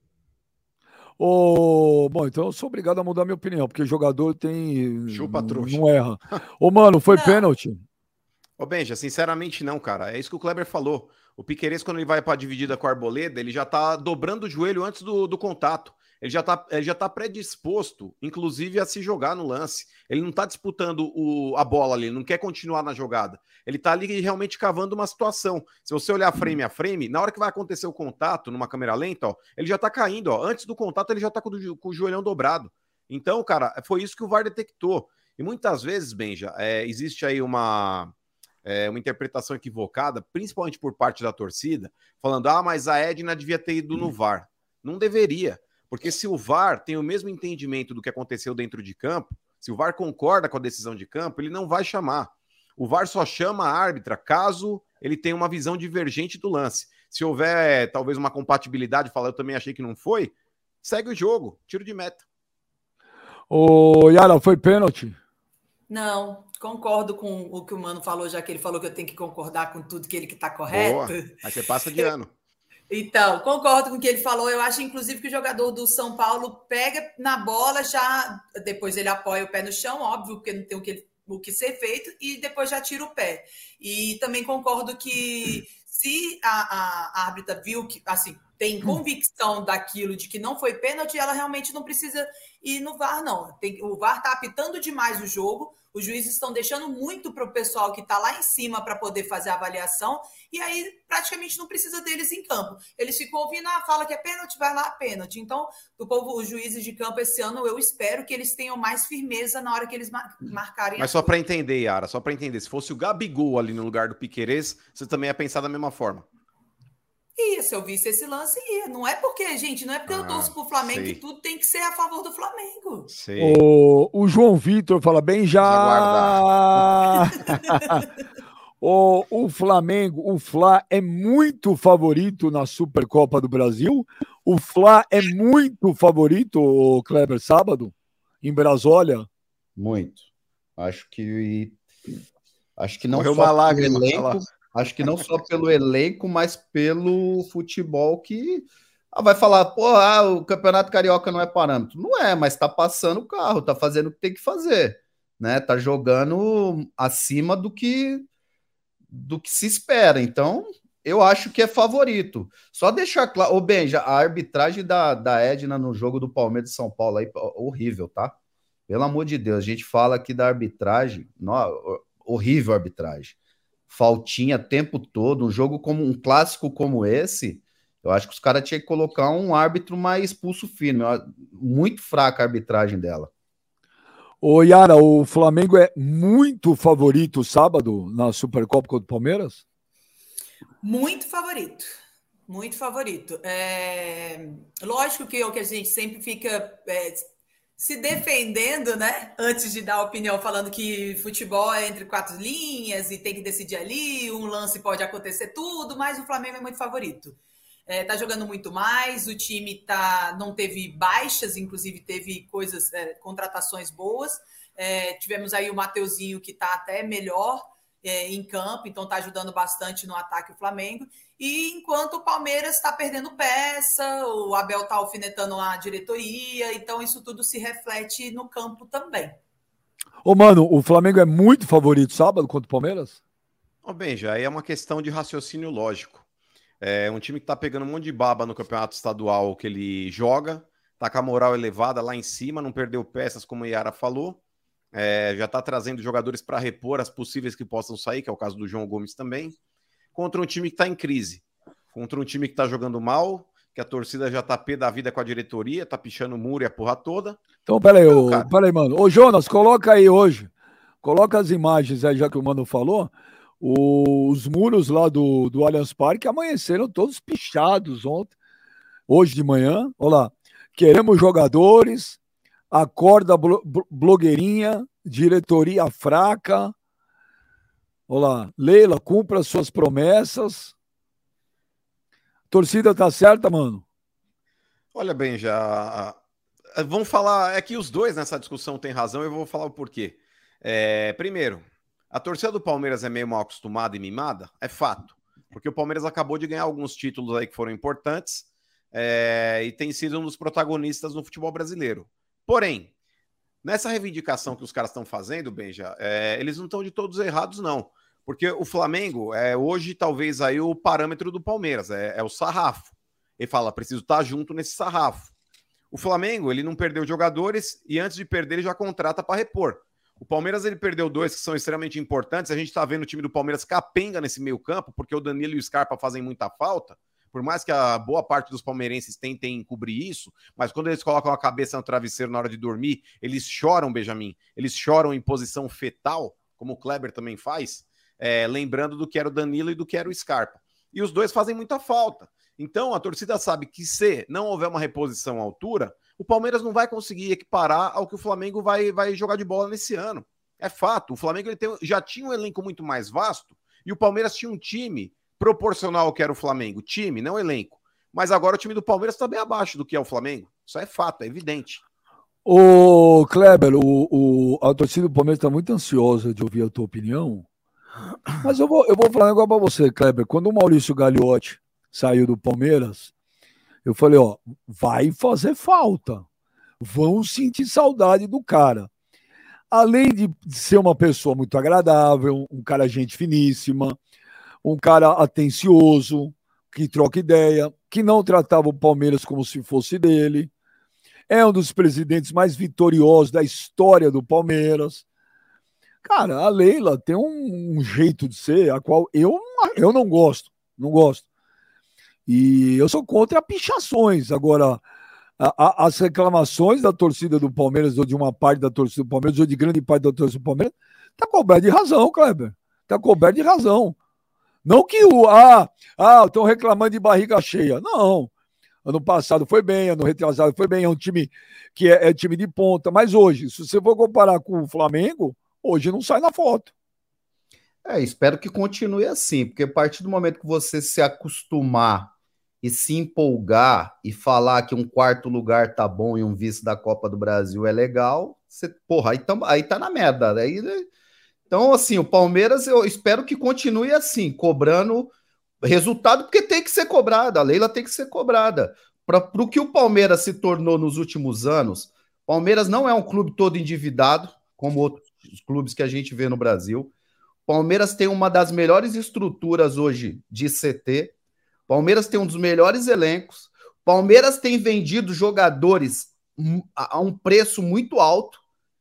Bom, então eu sou obrigado a mudar minha opinião, porque jogador tem. Chupa trouxa. Não erra. Mano, foi pênalti? Benja, sinceramente não, cara. É isso que o Kleber falou. O Piquerez, quando ele vai para a dividida com a Arboleda, ele já tá dobrando o joelho antes do contato. Ele já tá predisposto, inclusive, a se jogar no lance. Ele não tá disputando a bola ali, ele não quer continuar na jogada. Ele tá ali realmente cavando uma situação. Se você olhar frame a frame, na hora que vai acontecer o contato, numa câmera lenta, ó, ele já tá caindo, ó. Antes do contato, ele já tá com o joelhão dobrado. Então, cara, foi isso que o VAR detectou. E muitas vezes, Benja, existe aí uma interpretação equivocada, principalmente por parte da torcida, falando, mas a Edna devia ter ido no VAR. Não deveria. Porque se o VAR tem o mesmo entendimento do que aconteceu dentro de campo, se o VAR concorda com a decisão de campo, ele não vai chamar. O VAR só chama a árbitra caso ele tenha uma visão divergente do lance. Se houver talvez uma compatibilidade, eu também achei que não foi, segue o jogo, tiro de meta. Yara, foi pênalti? Não, concordo com o que o Mano falou, já que ele falou que eu tenho que concordar com tudo que ele que tá correto. Boa. Aí você passa de ano. Então, concordo com o que ele falou. Eu acho, inclusive, que o jogador do São Paulo pega na bola, já depois ele apoia o pé no chão, óbvio, porque não tem o que ser feito, e depois já tira o pé. E também concordo que se a árbitra viu que, assim, tem convicção daquilo de que não foi pênalti, ela realmente não precisa ir no VAR, não. O VAR está apitando demais o jogo, os juízes estão deixando muito para o pessoal que está lá em cima para poder fazer a avaliação, e aí praticamente não precisa deles em campo. Eles ficam ouvindo, fala que é pênalti, vai lá, pênalti. Então, os juízes de campo esse ano, eu espero que eles tenham mais firmeza na hora que eles marcarem. Mas só para entender, Yara, só para entender, se fosse o Gabigol ali no lugar do Piquerez, você também ia pensar da mesma forma. E se eu visse esse lance, ia. Não é porque, gente, não é porque eu torço pro Flamengo que tudo tem que ser a favor do Flamengo. O João Vitor fala bem já. O Flamengo, o Fla é muito favorito na Supercopa do Brasil. O Fla é muito favorito, o Kleber, sábado, em Brasólia. Muito. Acho que não Morreu só uma lágrima, acho que não só pelo elenco, mas pelo futebol que vai falar, o Campeonato Carioca não é parâmetro. Não é, mas tá passando o carro, tá fazendo o que tem que fazer, né? Tá jogando acima do que se espera. Então, eu acho que é favorito. Só deixar claro, Benja, a arbitragem da Edna no jogo do Palmeiras de São Paulo aí, horrível, tá? Pelo amor de Deus, a gente fala aqui da arbitragem, horrível a arbitragem. Faltinha o tempo todo, um jogo como um clássico como esse, eu acho que os caras tinham que colocar um árbitro mais pulso firme. Muito fraca a arbitragem dela. Yara, o Flamengo é muito favorito sábado na Supercopa contra o Palmeiras? Muito favorito. Muito favorito. Lógico que a gente sempre fica se defendendo, né? Antes de dar opinião, falando que futebol é entre 4 linhas e tem que decidir ali, um lance pode acontecer tudo, mas o Flamengo é muito favorito. Tá jogando muito mais, o time não teve baixas, inclusive teve contratações boas. Tivemos aí o Mateuzinho, que está até melhor em campo, então está ajudando bastante no ataque o Flamengo. E enquanto o Palmeiras está perdendo peça, o Abel está alfinetando a diretoria, então isso tudo se reflete no campo também. Mano, o Flamengo é muito favorito sábado contra o Palmeiras? Benja, aí é uma questão de raciocínio lógico. É um time que tá pegando um monte de baba no campeonato estadual que ele joga, tá com a moral elevada lá em cima, não perdeu peças, como a Yara falou, já tá trazendo jogadores para repor as possíveis que possam sair, que é o caso do João Gomes também, contra um time que tá em crise, contra um time que tá jogando mal, que a torcida já tá pé da vida com a diretoria, tá pichando o muro e a porra toda. Então, peraí, mano. Ô, Jonas, coloca aí hoje, coloca as imagens aí, já que o Mano falou. Os muros lá do Allianz Parque amanheceram todos pichados ontem, hoje de manhã. Olha lá. Queremos jogadores, acorda blogueirinha, diretoria fraca. Olha lá. Leila, cumpra suas promessas. A torcida tá certa, mano? Olha bem, já... Vamos falar... É que os dois nessa discussão têm razão, eu vou falar o porquê. Primeiro, a torcida do Palmeiras é meio mal acostumada e mimada? É fato. Porque o Palmeiras acabou de ganhar alguns títulos aí que foram importantes e tem sido um dos protagonistas no futebol brasileiro. Porém, nessa reivindicação que os caras estão fazendo, Benja, eles não estão de todos errados, não. Porque o Flamengo é hoje talvez aí o parâmetro do Palmeiras, é o sarrafo. Ele fala, preciso estar junto nesse sarrafo. O Flamengo, ele não perdeu jogadores e antes de perder ele já contrata para repor. O Palmeiras, ele perdeu 2 que são extremamente importantes. A gente está vendo o time do Palmeiras capenga nesse meio campo, porque o Danilo e o Scarpa fazem muita falta. Por mais que a boa parte dos palmeirenses tentem cobrir isso, mas quando eles colocam a cabeça no travesseiro na hora de dormir, eles choram, Benjamin. Eles choram em posição fetal, como o Kleber também faz, lembrando do que era o Danilo e do que era o Scarpa. E os dois fazem muita falta. Então, a torcida sabe que se não houver uma reposição à altura, o Palmeiras não vai conseguir equiparar ao que o Flamengo vai jogar de bola nesse ano. É fato. O Flamengo já tinha um elenco muito mais vasto e o Palmeiras tinha um time proporcional ao que era o Flamengo. Time, não elenco. Mas agora o time do Palmeiras está bem abaixo do que é o Flamengo. Isso é fato, é evidente. Ô, Kleber, a torcida do Palmeiras está muito ansiosa de ouvir a tua opinião. Mas eu vou falar um negócio para você, Kleber. Quando o Maurício Gagliotti saiu do Palmeiras, eu falei, vai fazer falta. Vão sentir saudade do cara. Além de ser uma pessoa muito agradável, um cara gente finíssima, um cara atencioso, que troca ideia, que não tratava o Palmeiras como se fosse dele. É um dos presidentes mais vitoriosos da história do Palmeiras. Cara, a Leila tem um jeito de ser, a qual eu não gosto. Não gosto. E eu sou contra pichações. Agora, as reclamações da torcida do Palmeiras, ou de uma parte da torcida do Palmeiras, ou de grande parte da torcida do Palmeiras, tá coberto de razão, Kleber. Tá coberto de razão. Não que estão reclamando de barriga cheia. Não. Ano passado foi bem, ano retrasado foi bem. É um time que é time de ponta. Mas hoje, se você for comparar com o Flamengo, hoje não sai na foto. Espero que continue assim, porque a partir do momento que você se acostumar e se empolgar e falar que um 4º lugar tá bom e um vice da Copa do Brasil é legal, aí tá na merda. Então, assim, o Palmeiras, eu espero que continue assim, cobrando resultado, porque tem que ser cobrada, a Leila tem que ser cobrada. Para o que o Palmeiras se tornou nos últimos anos, o Palmeiras não é um clube todo endividado, como outros clubes que a gente vê no Brasil. Palmeiras tem uma das melhores estruturas hoje de CT. Palmeiras tem um dos melhores elencos. Palmeiras tem vendido jogadores a um preço muito alto.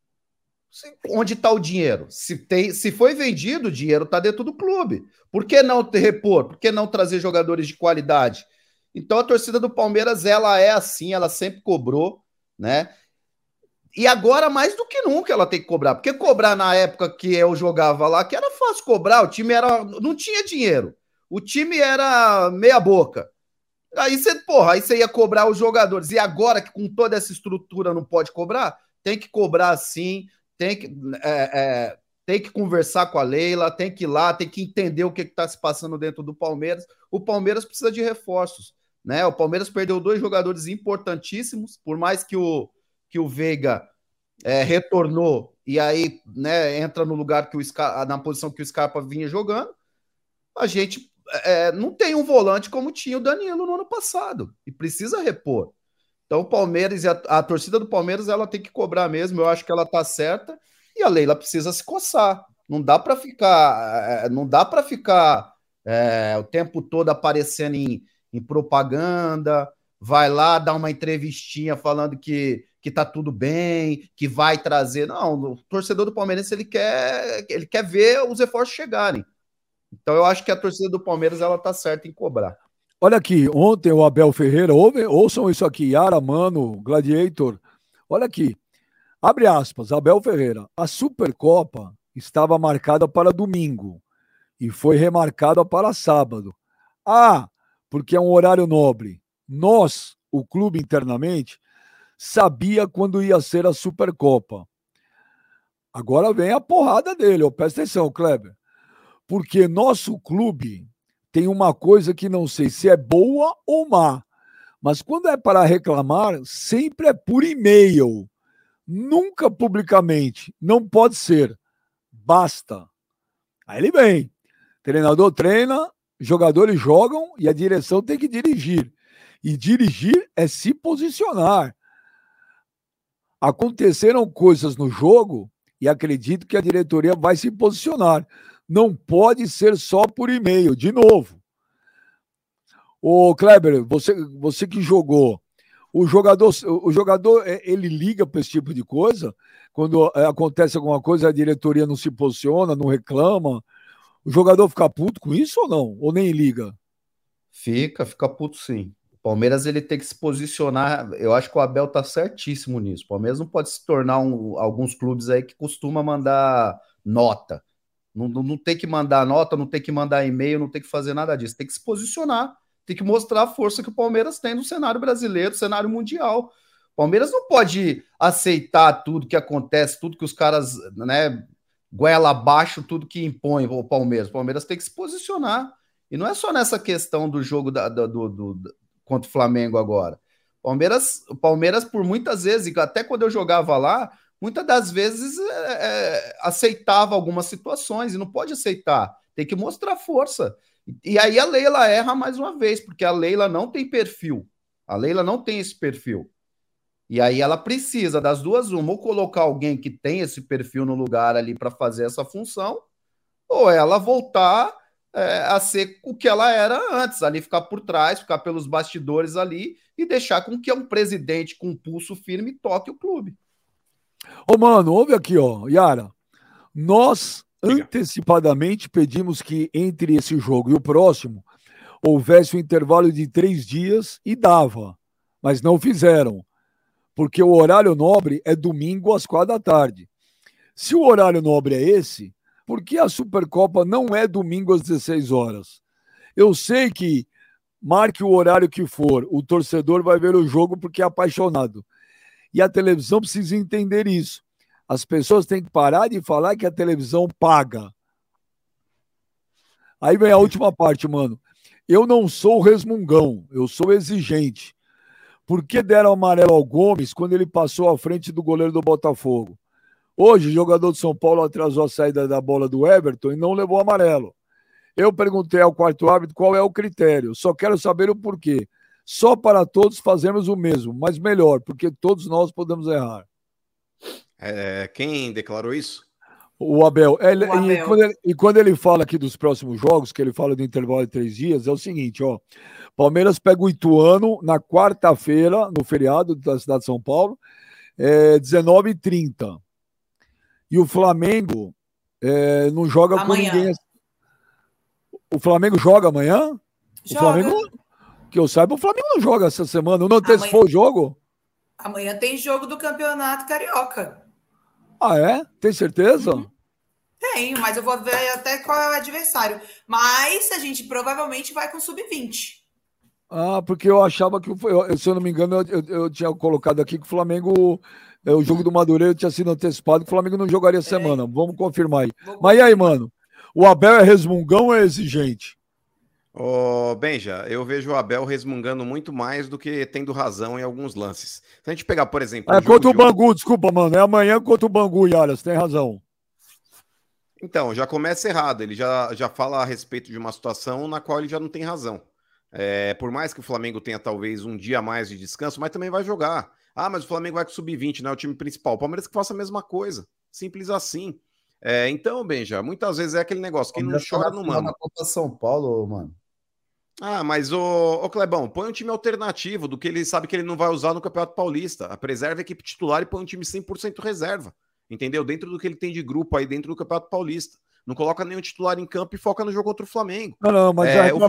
Onde está o dinheiro? Se foi vendido, o dinheiro está dentro do clube. Por que não repor? Por que não trazer jogadores de qualidade? Então a torcida do Palmeiras, ela é assim, ela sempre cobrou, né? E agora, mais do que nunca, ela tem que cobrar. Porque cobrar na época que eu jogava lá, que era fácil cobrar, o time não tinha dinheiro. O time era meia boca. Aí você ia cobrar os jogadores. E agora, que com toda essa estrutura não pode cobrar, tem que cobrar sim, tem que conversar com a Leila, tem que ir lá, tem que entender o que está se passando dentro do Palmeiras. O Palmeiras precisa de reforços, né? O Palmeiras perdeu 2 jogadores importantíssimos, por mais que o Veiga retornou e aí, né, entra no lugar que na posição que o Scarpa vinha jogando, a gente não tem um volante como tinha o Danilo no ano passado e precisa repor. Então o Palmeiras e a torcida do Palmeiras, ela tem que cobrar mesmo, eu acho que ela tá certa, e a Leila precisa se coçar. Não dá para ficar o tempo todo aparecendo em propaganda, vai lá dar uma entrevistinha falando que tá tudo bem, que vai trazer. Não, o torcedor do Palmeiras, ele quer ver os reforços chegarem. Então eu acho que a torcida do Palmeiras, ela tá certa em cobrar. Olha aqui, ontem o Abel Ferreira, ouçam isso aqui, Yara, Mano, Gladiator, olha aqui, abre aspas, Abel Ferreira, a Supercopa estava marcada para domingo e foi remarcada para sábado. Ah, porque é um horário nobre. Nós, o clube internamente, sabia quando ia ser a Supercopa. Agora vem a porrada dele, presta atenção, Kleber. Porque nosso clube tem uma coisa que não sei se é boa ou má, mas quando é para reclamar, sempre é por e-mail, nunca publicamente. Não pode ser. Basta. Aí ele vem. Treinador treina, jogadores jogam e a direção tem que dirigir. E dirigir é se posicionar. Aconteceram coisas no jogo e acredito que a diretoria vai se posicionar. Não pode ser só por e-mail, de novo. Ô, Kleber, você que jogou, o jogador, ele liga para esse tipo de coisa? Quando acontece alguma coisa, a diretoria não se posiciona, não reclama. O jogador fica puto com isso ou não? Ou nem liga? Fica puto sim. O Palmeiras ele tem que se posicionar. Eu acho que o Abel tá certíssimo nisso. O Palmeiras não pode se tornar alguns clubes aí que costuma mandar nota. Não tem que mandar nota, não tem que mandar e-mail, não tem que fazer nada disso. Tem que se posicionar, tem que mostrar a força que o Palmeiras tem no cenário brasileiro, cenário mundial. O Palmeiras não pode aceitar tudo que acontece, tudo que os caras, né, goela abaixo, tudo que impõe o Palmeiras. O Palmeiras tem que se posicionar. E não é só nessa questão do jogo contra o Flamengo agora. O Palmeiras, por muitas vezes, até quando eu jogava lá, muitas das vezes aceitava algumas situações e não pode aceitar, tem que mostrar força. E aí a Leila erra mais uma vez, porque a Leila não tem perfil, a Leila não tem esse perfil. E aí ela precisa das duas, uma, ou colocar alguém que tem esse perfil no lugar ali para fazer essa função, ou ela voltar a ser o que ela era antes, ali ficar por trás, ficar pelos bastidores ali e deixar com que um presidente com um pulso firme toque o clube. Ô, mano, ouve aqui, ó, Yara. Nós antecipadamente pedimos que entre esse jogo e o próximo houvesse um intervalo de 3 dias e dava, mas não fizeram, porque o horário nobre é domingo às 4 da tarde. Se o horário nobre é esse, por que a Supercopa não é domingo às 16 horas? Eu sei que marque o horário que for, o torcedor vai ver o jogo porque é apaixonado. E a televisão precisa entender isso. As pessoas têm que parar de falar que a televisão paga. Aí vem a última parte, mano. Eu não sou resmungão, eu sou exigente. Por que deram amarelo ao Gomes quando ele passou à frente do goleiro do Botafogo? Hoje, o jogador de São Paulo atrasou a saída da bola do Everton e não levou amarelo. Eu perguntei ao quarto árbitro qual é o critério. Só quero saber o porquê. Só para todos fazemos o mesmo, mas melhor, porque todos nós podemos errar. Quem declarou isso? O Abel. E quando ele fala aqui dos próximos jogos, que ele fala do intervalo de 3 dias, é o seguinte, ó. Palmeiras pega o Ituano na quarta-feira, no feriado da cidade de São Paulo, 19h30. E o Flamengo não joga amanhã com ninguém. O Flamengo joga amanhã? Joga. O Flamengo, que eu saiba, o Flamengo não joga essa semana. Não antecipou o jogo? Amanhã tem jogo do Campeonato Carioca. Ah, é? Tem certeza? Tenho, mas eu vou ver até qual é o adversário. Mas a gente provavelmente vai com sub-20. Ah, porque eu achava que, se eu não me engano, eu tinha colocado aqui que o Flamengo, o jogo do Madureira tinha sido antecipado, que o Flamengo não jogaria semana. Vamos confirmar aí. Mas e aí, mano? O Abel é resmungão ou é exigente? Benja, eu vejo o Abel resmungando muito mais do que tendo razão em alguns lances. Se a gente pegar, por exemplo... contra o Bangu, desculpa, mano. É amanhã contra o Bangu, Yara, você tem razão. Então, já começa errado. Ele já fala a respeito de uma situação na qual ele já não tem razão. Por mais que o Flamengo tenha talvez um dia a mais de descanso, mas também vai jogar. Ah, mas o Flamengo vai com o sub-20, não é o time principal. O Palmeiras que faça a mesma coisa. Simples assim. Então, Benja, muitas vezes é aquele negócio, quem não chora não manda. Na Copa São Paulo, mano. Ah, mas ô Clebão, põe um time alternativo do que ele sabe que ele não vai usar no Campeonato Paulista. Preserva a equipe titular e põe um time 100% reserva. Entendeu? Dentro do que ele tem de grupo aí dentro do Campeonato Paulista. Não coloca nenhum titular em campo e foca no jogo contra o Flamengo. Não, mas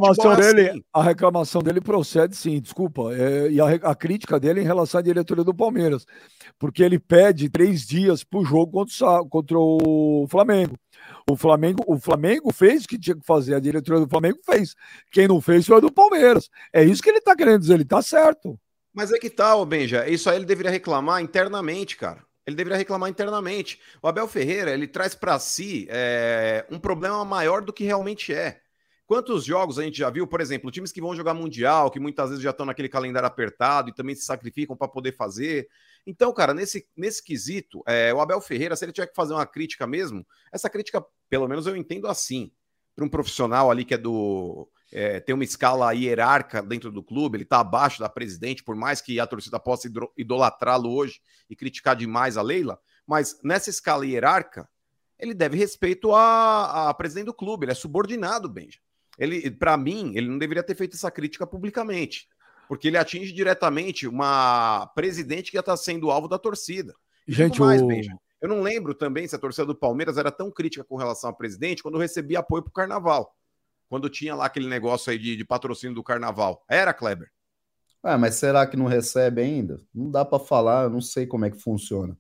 a reclamação dele procede sim, desculpa. E a crítica dele em relação à diretoria do Palmeiras. Porque ele pede 3 dias para o jogo contra o Flamengo. O Flamengo fez o que tinha que fazer, a diretoria do Flamengo fez. Quem não fez foi a do Palmeiras. É isso que ele está querendo dizer, ele está certo. Mas é que tá, ô Benja, isso aí ele deveria reclamar internamente, cara. Ele deveria reclamar internamente. O Abel Ferreira, ele traz para si um problema maior do que realmente é. Quantos jogos a gente já viu, por exemplo, times que vão jogar Mundial, que muitas vezes já estão naquele calendário apertado e também se sacrificam para poder fazer. Então, cara, nesse quesito, o Abel Ferreira, se ele tiver que fazer uma crítica mesmo, essa crítica, pelo menos eu entendo assim, para um profissional ali que tem uma escala hierárquica dentro do clube, ele está abaixo da presidente, por mais que a torcida possa idolatrá-lo hoje e criticar demais a Leila, mas nessa escala hierárquica, ele deve respeito à presidente do clube, ele é subordinado, Benja. Para mim, ele não deveria ter feito essa crítica publicamente, porque ele atinge diretamente uma presidente que já está sendo alvo da torcida. Gente, Benja, eu não lembro também se a torcida do Palmeiras era tão crítica com relação ao presidente quando recebia apoio para o Carnaval. Quando tinha lá aquele negócio aí de patrocínio do Carnaval. Era, Kleber? Mas será que não recebe ainda? Não dá para falar, eu não sei como é que funciona.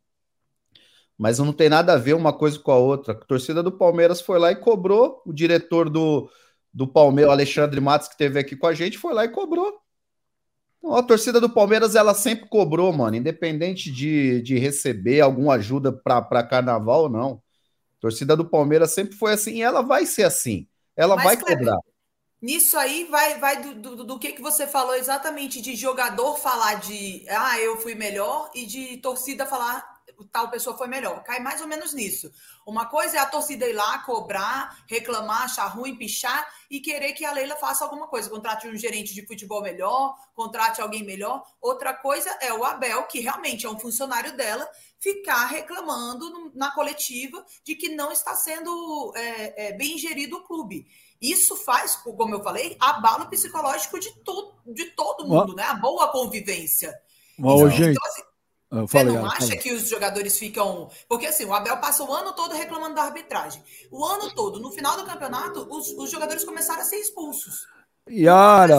Mas não tem nada a ver uma coisa com a outra. A torcida do Palmeiras foi lá e cobrou. O diretor do Palmeiras, Alexandre Matos, que esteve aqui com a gente, foi lá e cobrou. Então, a torcida do Palmeiras, ela sempre cobrou, mano, independente de receber alguma ajuda para Carnaval ou não. A torcida do Palmeiras sempre foi assim e ela vai ser assim. Ela vai cobrar. Nisso aí vai do que você falou exatamente, de jogador falar de eu fui melhor e de torcida falar tal pessoa foi melhor. Cai mais ou menos nisso. Uma coisa é a torcida ir lá, cobrar, reclamar, achar ruim, pichar e querer que a Leila faça alguma coisa. Contrate um gerente de futebol melhor, contrate alguém melhor. Outra coisa é o Abel, que realmente é um funcionário dela, ficar reclamando na coletiva de que não está sendo bem gerido o clube. Isso faz, como eu falei, abalo psicológico de todo mundo, né? A boa convivência. Gente, assim, você não acha que os jogadores ficam... Porque assim, o Abel passa o ano todo reclamando da arbitragem. O ano todo, no final do campeonato, os jogadores começaram a ser expulsos. Yara.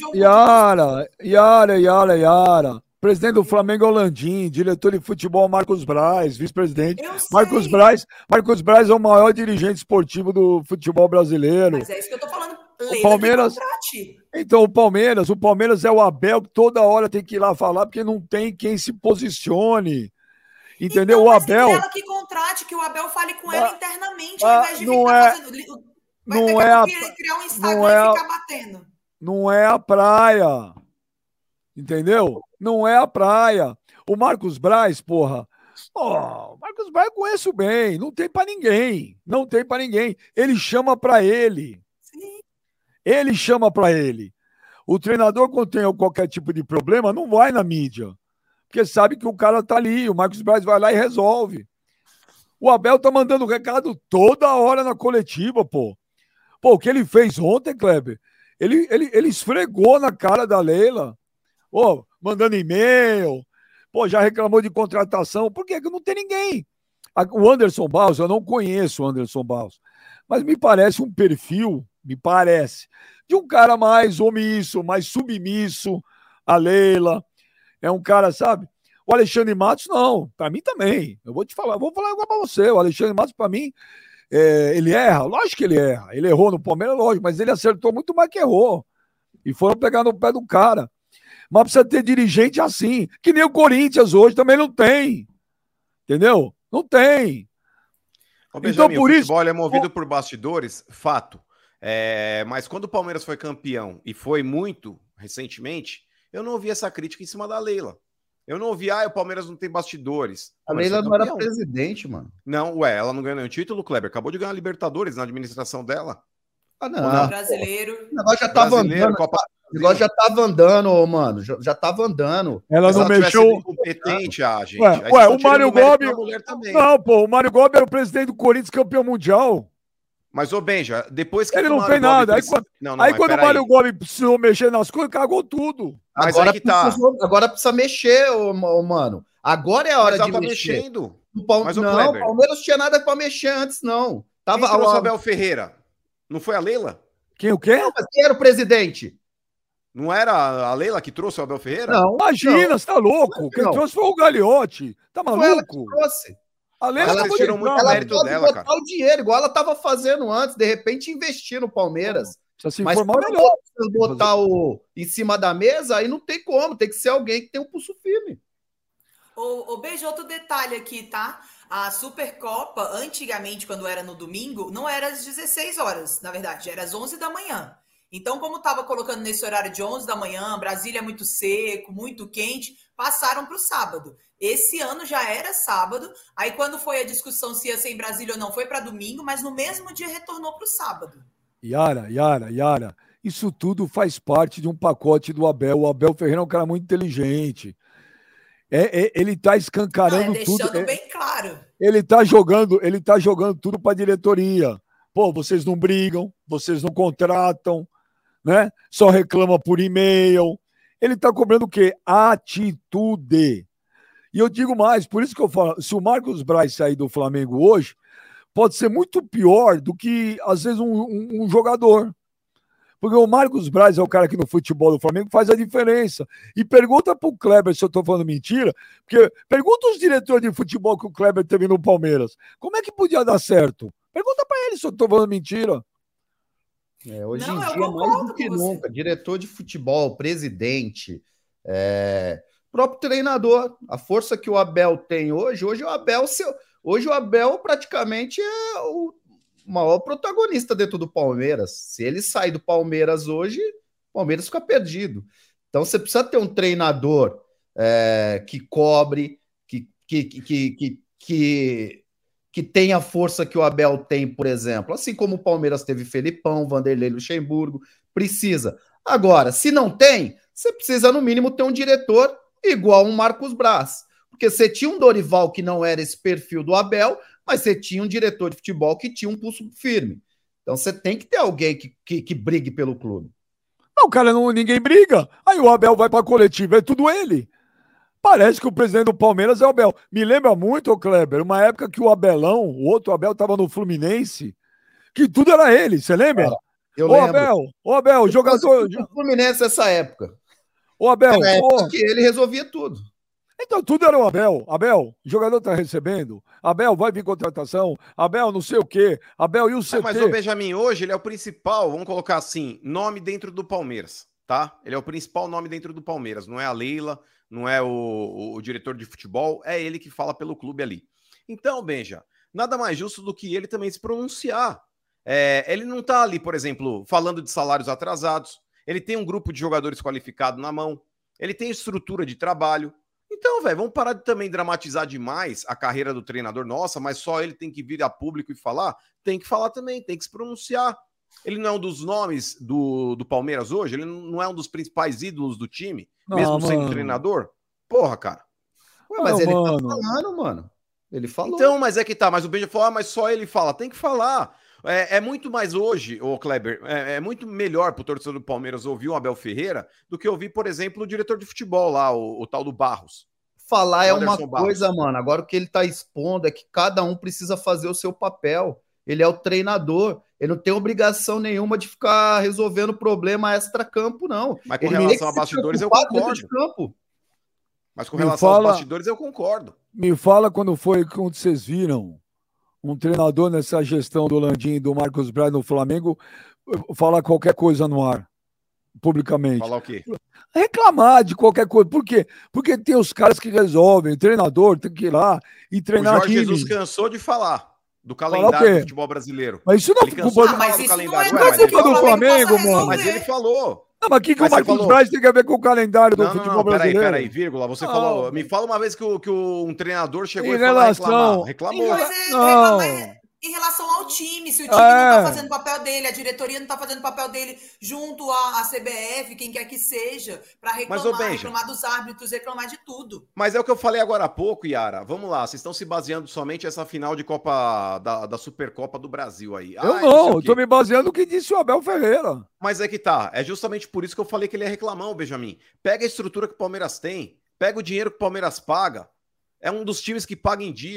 Presidente do Flamengo, Landim. Diretor de futebol, Marcos Braz. Vice-presidente. Marcos Braz é o maior dirigente esportivo do futebol brasileiro. Mas é isso que eu tô falando. O Palmeiras... Então, o Palmeiras é o Abel que toda hora tem que ir lá falar, porque não tem quem se posicione. Entendeu? Então, o Abel. Ela que contrate, que o Abel fale com ela internamente, ao invés de ficar fazendo. Criar um Instagram e ficar batendo. Não é a praia. Entendeu? Não é a praia. O Marcos Braz, porra. O Marcos Braz eu conheço bem. Não tem pra ninguém. Não tem pra ninguém. Ele chama pra ele. Ele chama para ele. O treinador, quando tem qualquer tipo de problema, não vai na mídia. Porque sabe que o cara tá ali. O Marcos Braz vai lá e resolve. O Abel tá mandando recado toda hora na coletiva, pô. Pô, o que ele fez ontem, Kleber, ele esfregou na cara da Leila. Pô, mandando e-mail. Pô, já reclamou de contratação. Por quê? Porque não tem ninguém. O Anderson Barros, eu não conheço o Anderson Barros. Mas me parece um perfil... de um cara mais omisso, mais submisso a Leila. É um cara, sabe? O Alexandre Matos, não. Para mim também. Eu vou falar igual para você. O Alexandre Matos, para mim, ele erra. Lógico que ele erra. Ele errou no Palmeiras, lógico, mas ele acertou muito mais que errou. E foram pegar no pé do cara. Mas precisa ter dirigente assim. Que nem o Corinthians hoje também não tem. Entendeu? Não tem. Então, por isso... O futebol é movido por bastidores, fato. Mas quando o Palmeiras foi campeão, e foi muito recentemente, eu não ouvi essa crítica em cima da Leila. Eu não ouvi, o Palmeiras não tem bastidores. A Leila não era presidente, mano. Não, ela não ganhou nenhum título, Kleber. Acabou de ganhar a Libertadores na administração dela. Não. Brasileiro. O negócio já tava andando. O negócio já tava andando, mano. Já tava andando. Ela não mexeu. Competente, gente. O Mário Gobi. Não, pô, o Mário Gobi era o presidente do Corinthians, campeão mundial. Mas, Benja, depois que ele não fez nada. Aí quando o Mário Gobi precisou mexer nas coisas, cagou tudo. Mas agora precisa mexer, mano. Agora é a hora de mexer. Mexendo. O Palmeiras não tinha nada para mexer antes, não. Quem trouxe o Abel Ferreira? Não foi a Leila? Quem o quê? Não, mas quem era o presidente? Não era a Leila que trouxe o Abel Ferreira? Não. Imagina, você tá louco. Quem trouxe foi o Gagliotti. Tá maluco? Foi ela que trouxe. A Leila Vocês tiram muito mérito dela, cara. O dinheiro, igual ela estava fazendo antes, de repente investir no Palmeiras. Precisa se informar melhor. Botar em cima da mesa, aí não tem como. Tem que ser alguém que tem um pulso firme. Beijo, outro detalhe aqui, tá? A Supercopa, antigamente, quando era no domingo, não era às 16 horas, na verdade, era às 11 da manhã. Então, como estava colocando nesse horário de 11 da manhã, Brasília é muito seco, muito quente, passaram para o sábado. Esse ano já era sábado, aí quando foi a discussão se ia ser em Brasília ou não, foi para domingo, mas no mesmo dia retornou para o sábado. Yara, isso tudo faz parte de um pacote do Abel. O Abel Ferreira é um cara muito inteligente. Ele está escancarando tudo. Deixando bem claro. Ele está jogando tudo para a diretoria. Pô, vocês não brigam, vocês não contratam, né? Só reclama por e-mail. Ele está cobrando o quê? Atitude. E eu digo mais, por isso que eu falo, se o Marcos Braz sair do Flamengo hoje, pode ser muito pior do que, às vezes, um jogador. Porque o Marcos Braz é o cara que no futebol do Flamengo faz a diferença. E pergunta pro Kleber se eu tô falando mentira, porque pergunta os diretores de futebol que o Kleber teve no Palmeiras. Como é que podia dar certo? Pergunta para ele se eu tô falando mentira. Hoje em dia, mais do que nunca, diretor de futebol, presidente, próprio treinador, a força que o Abel tem hoje o Abel praticamente é o maior protagonista dentro do Palmeiras. Se ele sair do Palmeiras hoje, o Palmeiras fica perdido. Então você precisa ter um treinador que cobre, que tenha a força que o Abel tem, por exemplo. Assim como o Palmeiras teve Felipão, Vanderlei Luxemburgo, precisa. Agora, se não tem, você precisa no mínimo ter um diretor igual um Marcos Braz. Porque você tinha um Dorival que não era esse perfil do Abel, mas você tinha um diretor de futebol que tinha um pulso firme. Então você tem que ter alguém que brigue pelo clube. Não, cara, ninguém briga. Aí o Abel vai para a coletiva, é tudo ele. Parece que o presidente do Palmeiras é o Abel. Me lembra muito, Kleber, uma época que o Abelão, o outro Abel, estava no Fluminense, que tudo era ele, você lembra? Eu lembro. Abel, jogador... O Fluminense nessa época. Ô, Abel... Era a época que ele resolvia tudo. Então tudo era o Abel. Abel, o jogador tá recebendo. Abel, vai vir contratação. Abel, não sei o quê. Abel, e o CT? Mas o Benjamin, hoje ele é o principal, vamos colocar assim, nome dentro do Palmeiras, tá? Ele é o principal nome dentro do Palmeiras. Não é a Leila, não é o diretor de futebol, é ele que fala pelo clube ali. Então, Benja, nada mais justo do que ele também se pronunciar. Ele não tá ali, por exemplo, falando de salários atrasados. Ele tem um grupo de jogadores qualificados na mão. Ele tem estrutura de trabalho. Então, velho, vamos parar de também dramatizar demais a carreira do treinador. Nossa, mas só ele tem que vir a público e falar? Tem que falar também, tem que se pronunciar. Ele não é um dos nomes do Palmeiras hoje? Ele não é um dos principais ídolos do time? Mesmo sendo treinador? Porra, cara. Ué, mas ele tá falando, mano. Ele falou. Então, mas é que tá. Mas o Benja falou, mas só ele fala. Tem que falar. É muito mais hoje, ô Kleber, é muito melhor pro torcedor do Palmeiras ouvir o Abel Ferreira do que ouvir, por exemplo, o diretor de futebol lá, o tal do Barros. Falar é uma coisa, mano. Agora o que ele tá expondo é que cada um precisa fazer o seu papel. Ele é o treinador. Ele não tem obrigação nenhuma de ficar resolvendo problema extra-campo, não. Mas com relação a bastidores, eu concordo. Mas com relação aos bastidores, eu concordo. Me fala quando vocês viram um treinador nessa gestão do Landim e do Marcos Braz no Flamengo falar qualquer coisa no ar, publicamente. Falar o quê? Reclamar de qualquer coisa. Por quê? Porque tem os caras que resolvem. O treinador tem que ir lá e treinar. O Jorge Jesus cansou de falar do calendário do futebol brasileiro. Mas isso não é culpa do Flamengo, mano. Mas ele falou. Não, mas o que o Marcos Braz tem a ver com o calendário do futebol brasileiro? Peraí, vírgula. Você falou. Me fala uma vez que um treinador chegou e falou reclamou. Em relação ao time, se o time não tá fazendo o papel dele, a diretoria não tá fazendo o papel dele junto à CBF, quem quer que seja, para reclamar dos árbitros, reclamar de tudo. Mas é o que eu falei agora há pouco, Yara. Vamos lá, vocês estão se baseando somente nessa final de Copa da Supercopa do Brasil aí. Eu tô me baseando no que disse o Abel Ferreira. Mas é que tá, é justamente por isso que eu falei que ele é reclamão, Benjamin. Pega a estrutura que o Palmeiras tem, pega o dinheiro que o Palmeiras paga, é um dos times que paga em dia.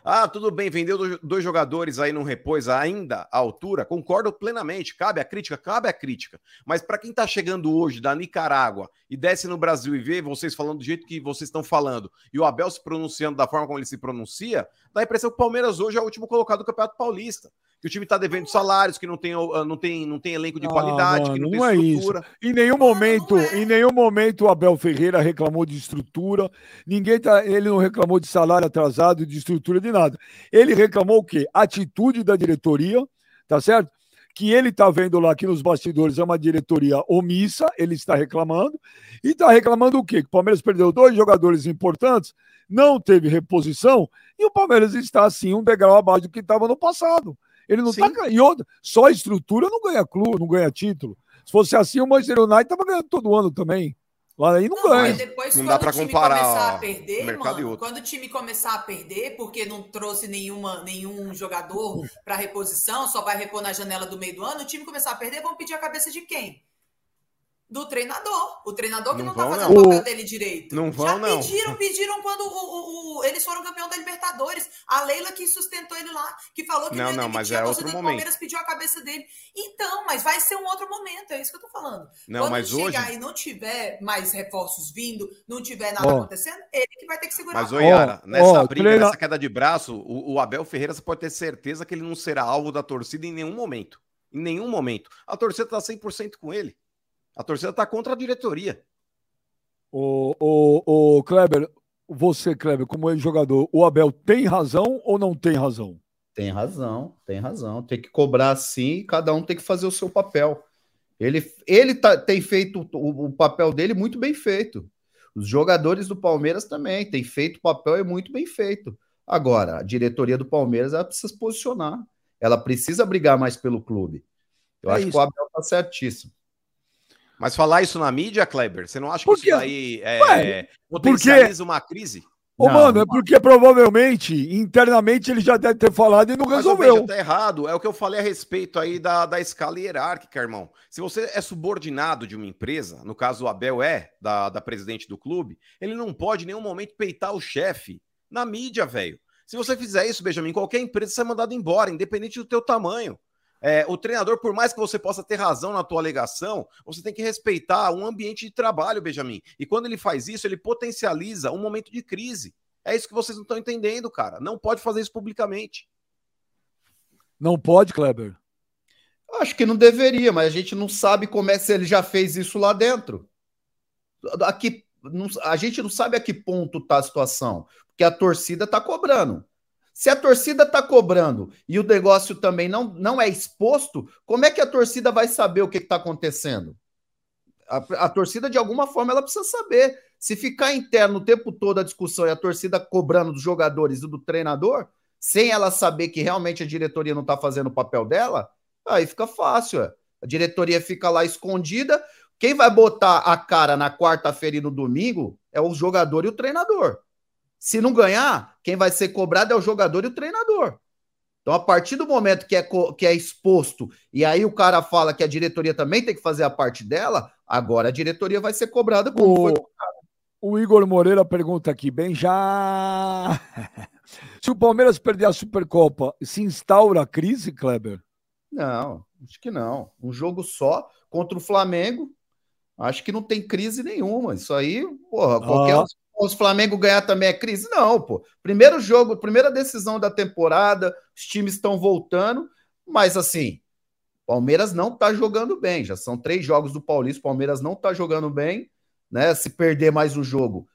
Ah, tudo bem, vendeu 2 jogadores aí, não repôs ainda à altura. Concordo plenamente, cabe a crítica. Mas para quem tá chegando hoje da Nicarágua e desce no Brasil e vê vocês falando do jeito que vocês estão falando e o Abel se pronunciando da forma como ele se pronuncia, dá a impressão que o Palmeiras hoje é o último colocado do Campeonato Paulista. Que o time tá devendo salários, que não tem elenco de qualidade, mano, que não tem estrutura. Em nenhum momento o Abel Ferreira reclamou de estrutura. Ele não reclamou de salário atrasado, de estrutura, de nada. Ele reclamou o quê? Atitude da diretoria, tá certo? Que ele tá vendo lá que nos bastidores é uma diretoria omissa, ele está reclamando. E tá reclamando o quê? Que o Palmeiras perdeu 2 jogadores importantes, não teve reposição, e o Palmeiras está, assim, um degrau abaixo do que estava no passado. Ele não tá ganhando. Só a estrutura não ganha clube, não ganha título. Se fosse assim, o Manchester United estava ganhando todo ano também. Lá aí não ganha. Mas depois, não quando dá para comparar começar a perder, mercado e outro. quando o time começar a perder, porque não trouxe nenhum jogador para reposição, só vai repor na janela do meio do ano, o time começar a perder, vão pedir a cabeça de quem? Do treinador. O treinador que não tá fazendo o papel dele direito. Não vão, não. Pediram quando eles foram campeão da Libertadores. A Leila que sustentou ele lá, que falou que não ia demitir, a torcida do Palmeiras pediu a cabeça dele. Então, mas vai ser um outro momento, é isso que eu tô falando. Não, quando mas chegar hoje... e não tiver mais reforços vindo, não tiver nada acontecendo, ele que vai ter que segurar. Mas, Yara, nessa briga, nessa queda de braço, o Abel Ferreira, você pode ter certeza que ele não será alvo da torcida em nenhum momento. Em nenhum momento. A torcida tá 100% com ele. A torcida tá contra a diretoria. O Kleber, você, Kleber, como jogador, o Abel tem razão ou não tem razão? Tem razão. Tem que cobrar sim, cada um tem que fazer o seu papel. Ele tem feito o papel dele muito bem feito. Os jogadores do Palmeiras também têm feito o papel muito bem feito. Agora, a diretoria do Palmeiras ela precisa se posicionar. Ela precisa brigar mais pelo clube. Eu acho que o Abel tá certíssimo. Mas falar isso na mídia, Kleber, você não acha que isso daí potencializa uma crise? Mano, é porque provavelmente, internamente, ele já deve ter falado e não resolveu. Mas tá errado. É o que eu falei a respeito aí da escala hierárquica, irmão. Se você é subordinado de uma empresa, no caso o Abel da presidente do clube, ele não pode em nenhum momento peitar o chefe na mídia, velho. Se você fizer isso, Benjamin, qualquer empresa você é mandado embora, independente do teu tamanho. O treinador, por mais que você possa ter razão na tua alegação, você tem que respeitar um ambiente de trabalho, Benjamin. E quando ele faz isso, ele potencializa um momento de crise. É isso que vocês não estão entendendo, cara. Não pode fazer isso publicamente. Não pode, Kleber? Acho que não deveria, mas a gente não sabe como se ele já fez isso lá dentro. A gente não sabe a que ponto está a situação, porque a torcida está cobrando. Se a torcida está cobrando e o negócio também não é exposto, como é que a torcida vai saber o que está acontecendo? A torcida, de alguma forma, ela precisa saber. Se ficar interno o tempo todo a discussão e a torcida cobrando dos jogadores e do treinador, sem ela saber que realmente a diretoria não está fazendo o papel dela, aí fica fácil. A diretoria fica lá escondida. Quem vai botar a cara na quarta-feira e no domingo é o jogador e o treinador. Se não ganhar, quem vai ser cobrado é o jogador e o treinador. Então, a partir do momento que é exposto, e aí o cara fala que a diretoria também tem que fazer a parte dela, agora a diretoria vai ser cobrada como foi cobrada. O Igor Moreira pergunta aqui, bem já... Se o Palmeiras perder a Supercopa, se instaura a crise, Kleber? Não, acho que não. Um jogo só contra o Flamengo, acho que não tem crise nenhuma. Isso aí, porra, qualquer... Os Flamengo ganhar também é crise? Não, pô. Primeiro jogo, primeira decisão da temporada, os times estão voltando, mas assim, Palmeiras não tá jogando bem. Já são 3 jogos do Paulista, Palmeiras não tá jogando bem, né? Se perder mais um jogo,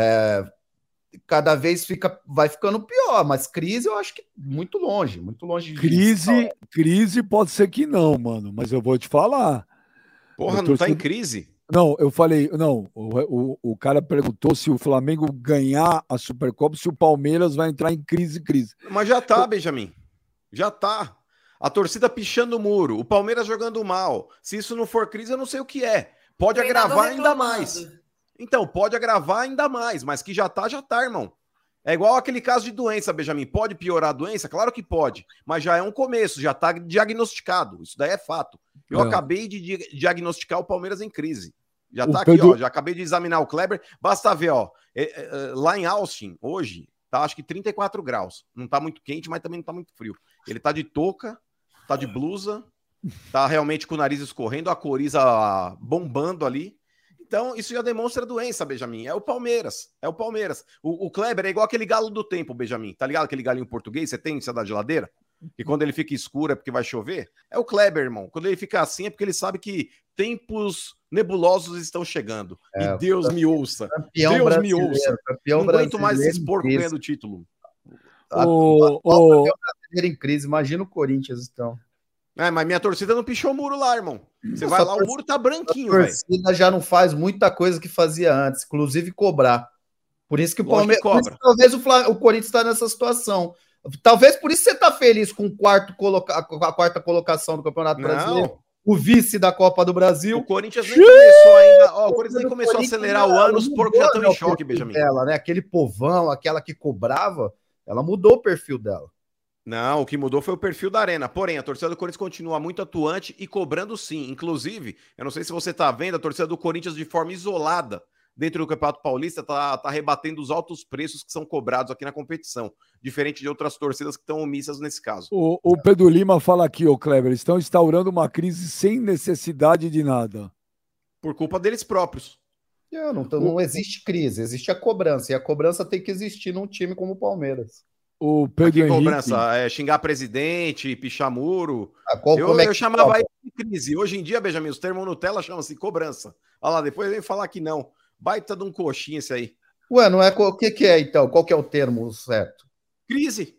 cada vez vai ficando pior, mas crise eu acho que muito longe de crise pode ser que não, mano, mas eu vou te falar. Porra, não tá em crise? Não, eu falei, não, o cara perguntou se o Flamengo ganhar a Supercopa, se o Palmeiras vai entrar em crise. Mas já tá, Benjamin, já tá. A torcida pichando o muro, o Palmeiras jogando mal. Se isso não for crise, eu não sei o que é. Pode agravar ainda mais. Então, pode agravar ainda mais, mas que já tá, irmão. É igual aquele caso de doença, Benjamin. Pode piorar a doença? Claro que pode, mas já é um começo, já tá diagnosticado. Isso daí é fato. Eu acabei de diagnosticar o Palmeiras em crise. Já tá aqui, ó. Já acabei de examinar o Kleber. Basta ver, ó. Lá em Austin, hoje, tá acho que 34 graus. Não tá muito quente, mas também não tá muito frio. Ele tá de touca, tá de blusa, tá realmente com o nariz escorrendo, a coriza bombando ali. Então, isso já demonstra doença, Benjamin. É o Palmeiras. É o Palmeiras. O Kleber é igual aquele galo do tempo, Benjamin. Tá ligado? Aquele galinho português, você tem da geladeira? E quando ele fica escuro é porque vai chover? É o Kleber, irmão. Quando ele fica assim é porque ele sabe que tempos nebulosos estão chegando. E Deus me ouça. Deus me ouça. Não aguento mais esses porcos ganhando o título. O brasileiro em crise. Imagina o Corinthians, então. Mas minha torcida não pichou o muro lá, irmão. Você vai lá, o muro tá branquinho, velho. A torcida já não faz muita coisa que fazia antes, inclusive cobrar. Por isso que o Palmeiras cobra. Talvez o Corinthians está nessa situação. Talvez por isso você tá feliz com a quarta colocação do Campeonato Brasileiro. O vice da Copa do Brasil. O Corinthians nem começou ainda. O Corinthians nem começou a acelerar o ano, os porcos já estão em choque, Benjamin. Dela, né? Aquele povão, aquela que cobrava, ela mudou o perfil dela. Não, o que mudou foi o perfil da arena. Porém, a torcida do Corinthians continua muito atuante e cobrando sim. Inclusive, eu não sei se você tá vendo, a torcida do Corinthians de forma isolada dentro do Campeonato Paulista tá rebatendo os altos preços que são cobrados aqui na competição. Diferente de outras torcidas que estão omissas nesse caso. O Pedro Lima fala aqui, Kleber, estão instaurando uma crise sem necessidade de nada. Por culpa deles próprios. Não existe crise, existe a cobrança. E a cobrança tem que existir num time como o Palmeiras. O Pedro Henrique... cobrança? Xingar presidente, pichar muro. Eu chamava isso de crise. Hoje em dia, Benjamin, os termos Nutella chamam-se cobrança. Olha lá, depois vem falar que não. Baita de um coxinha esse aí. Ué, não é? O que é então? Qual que é o termo certo? Crise.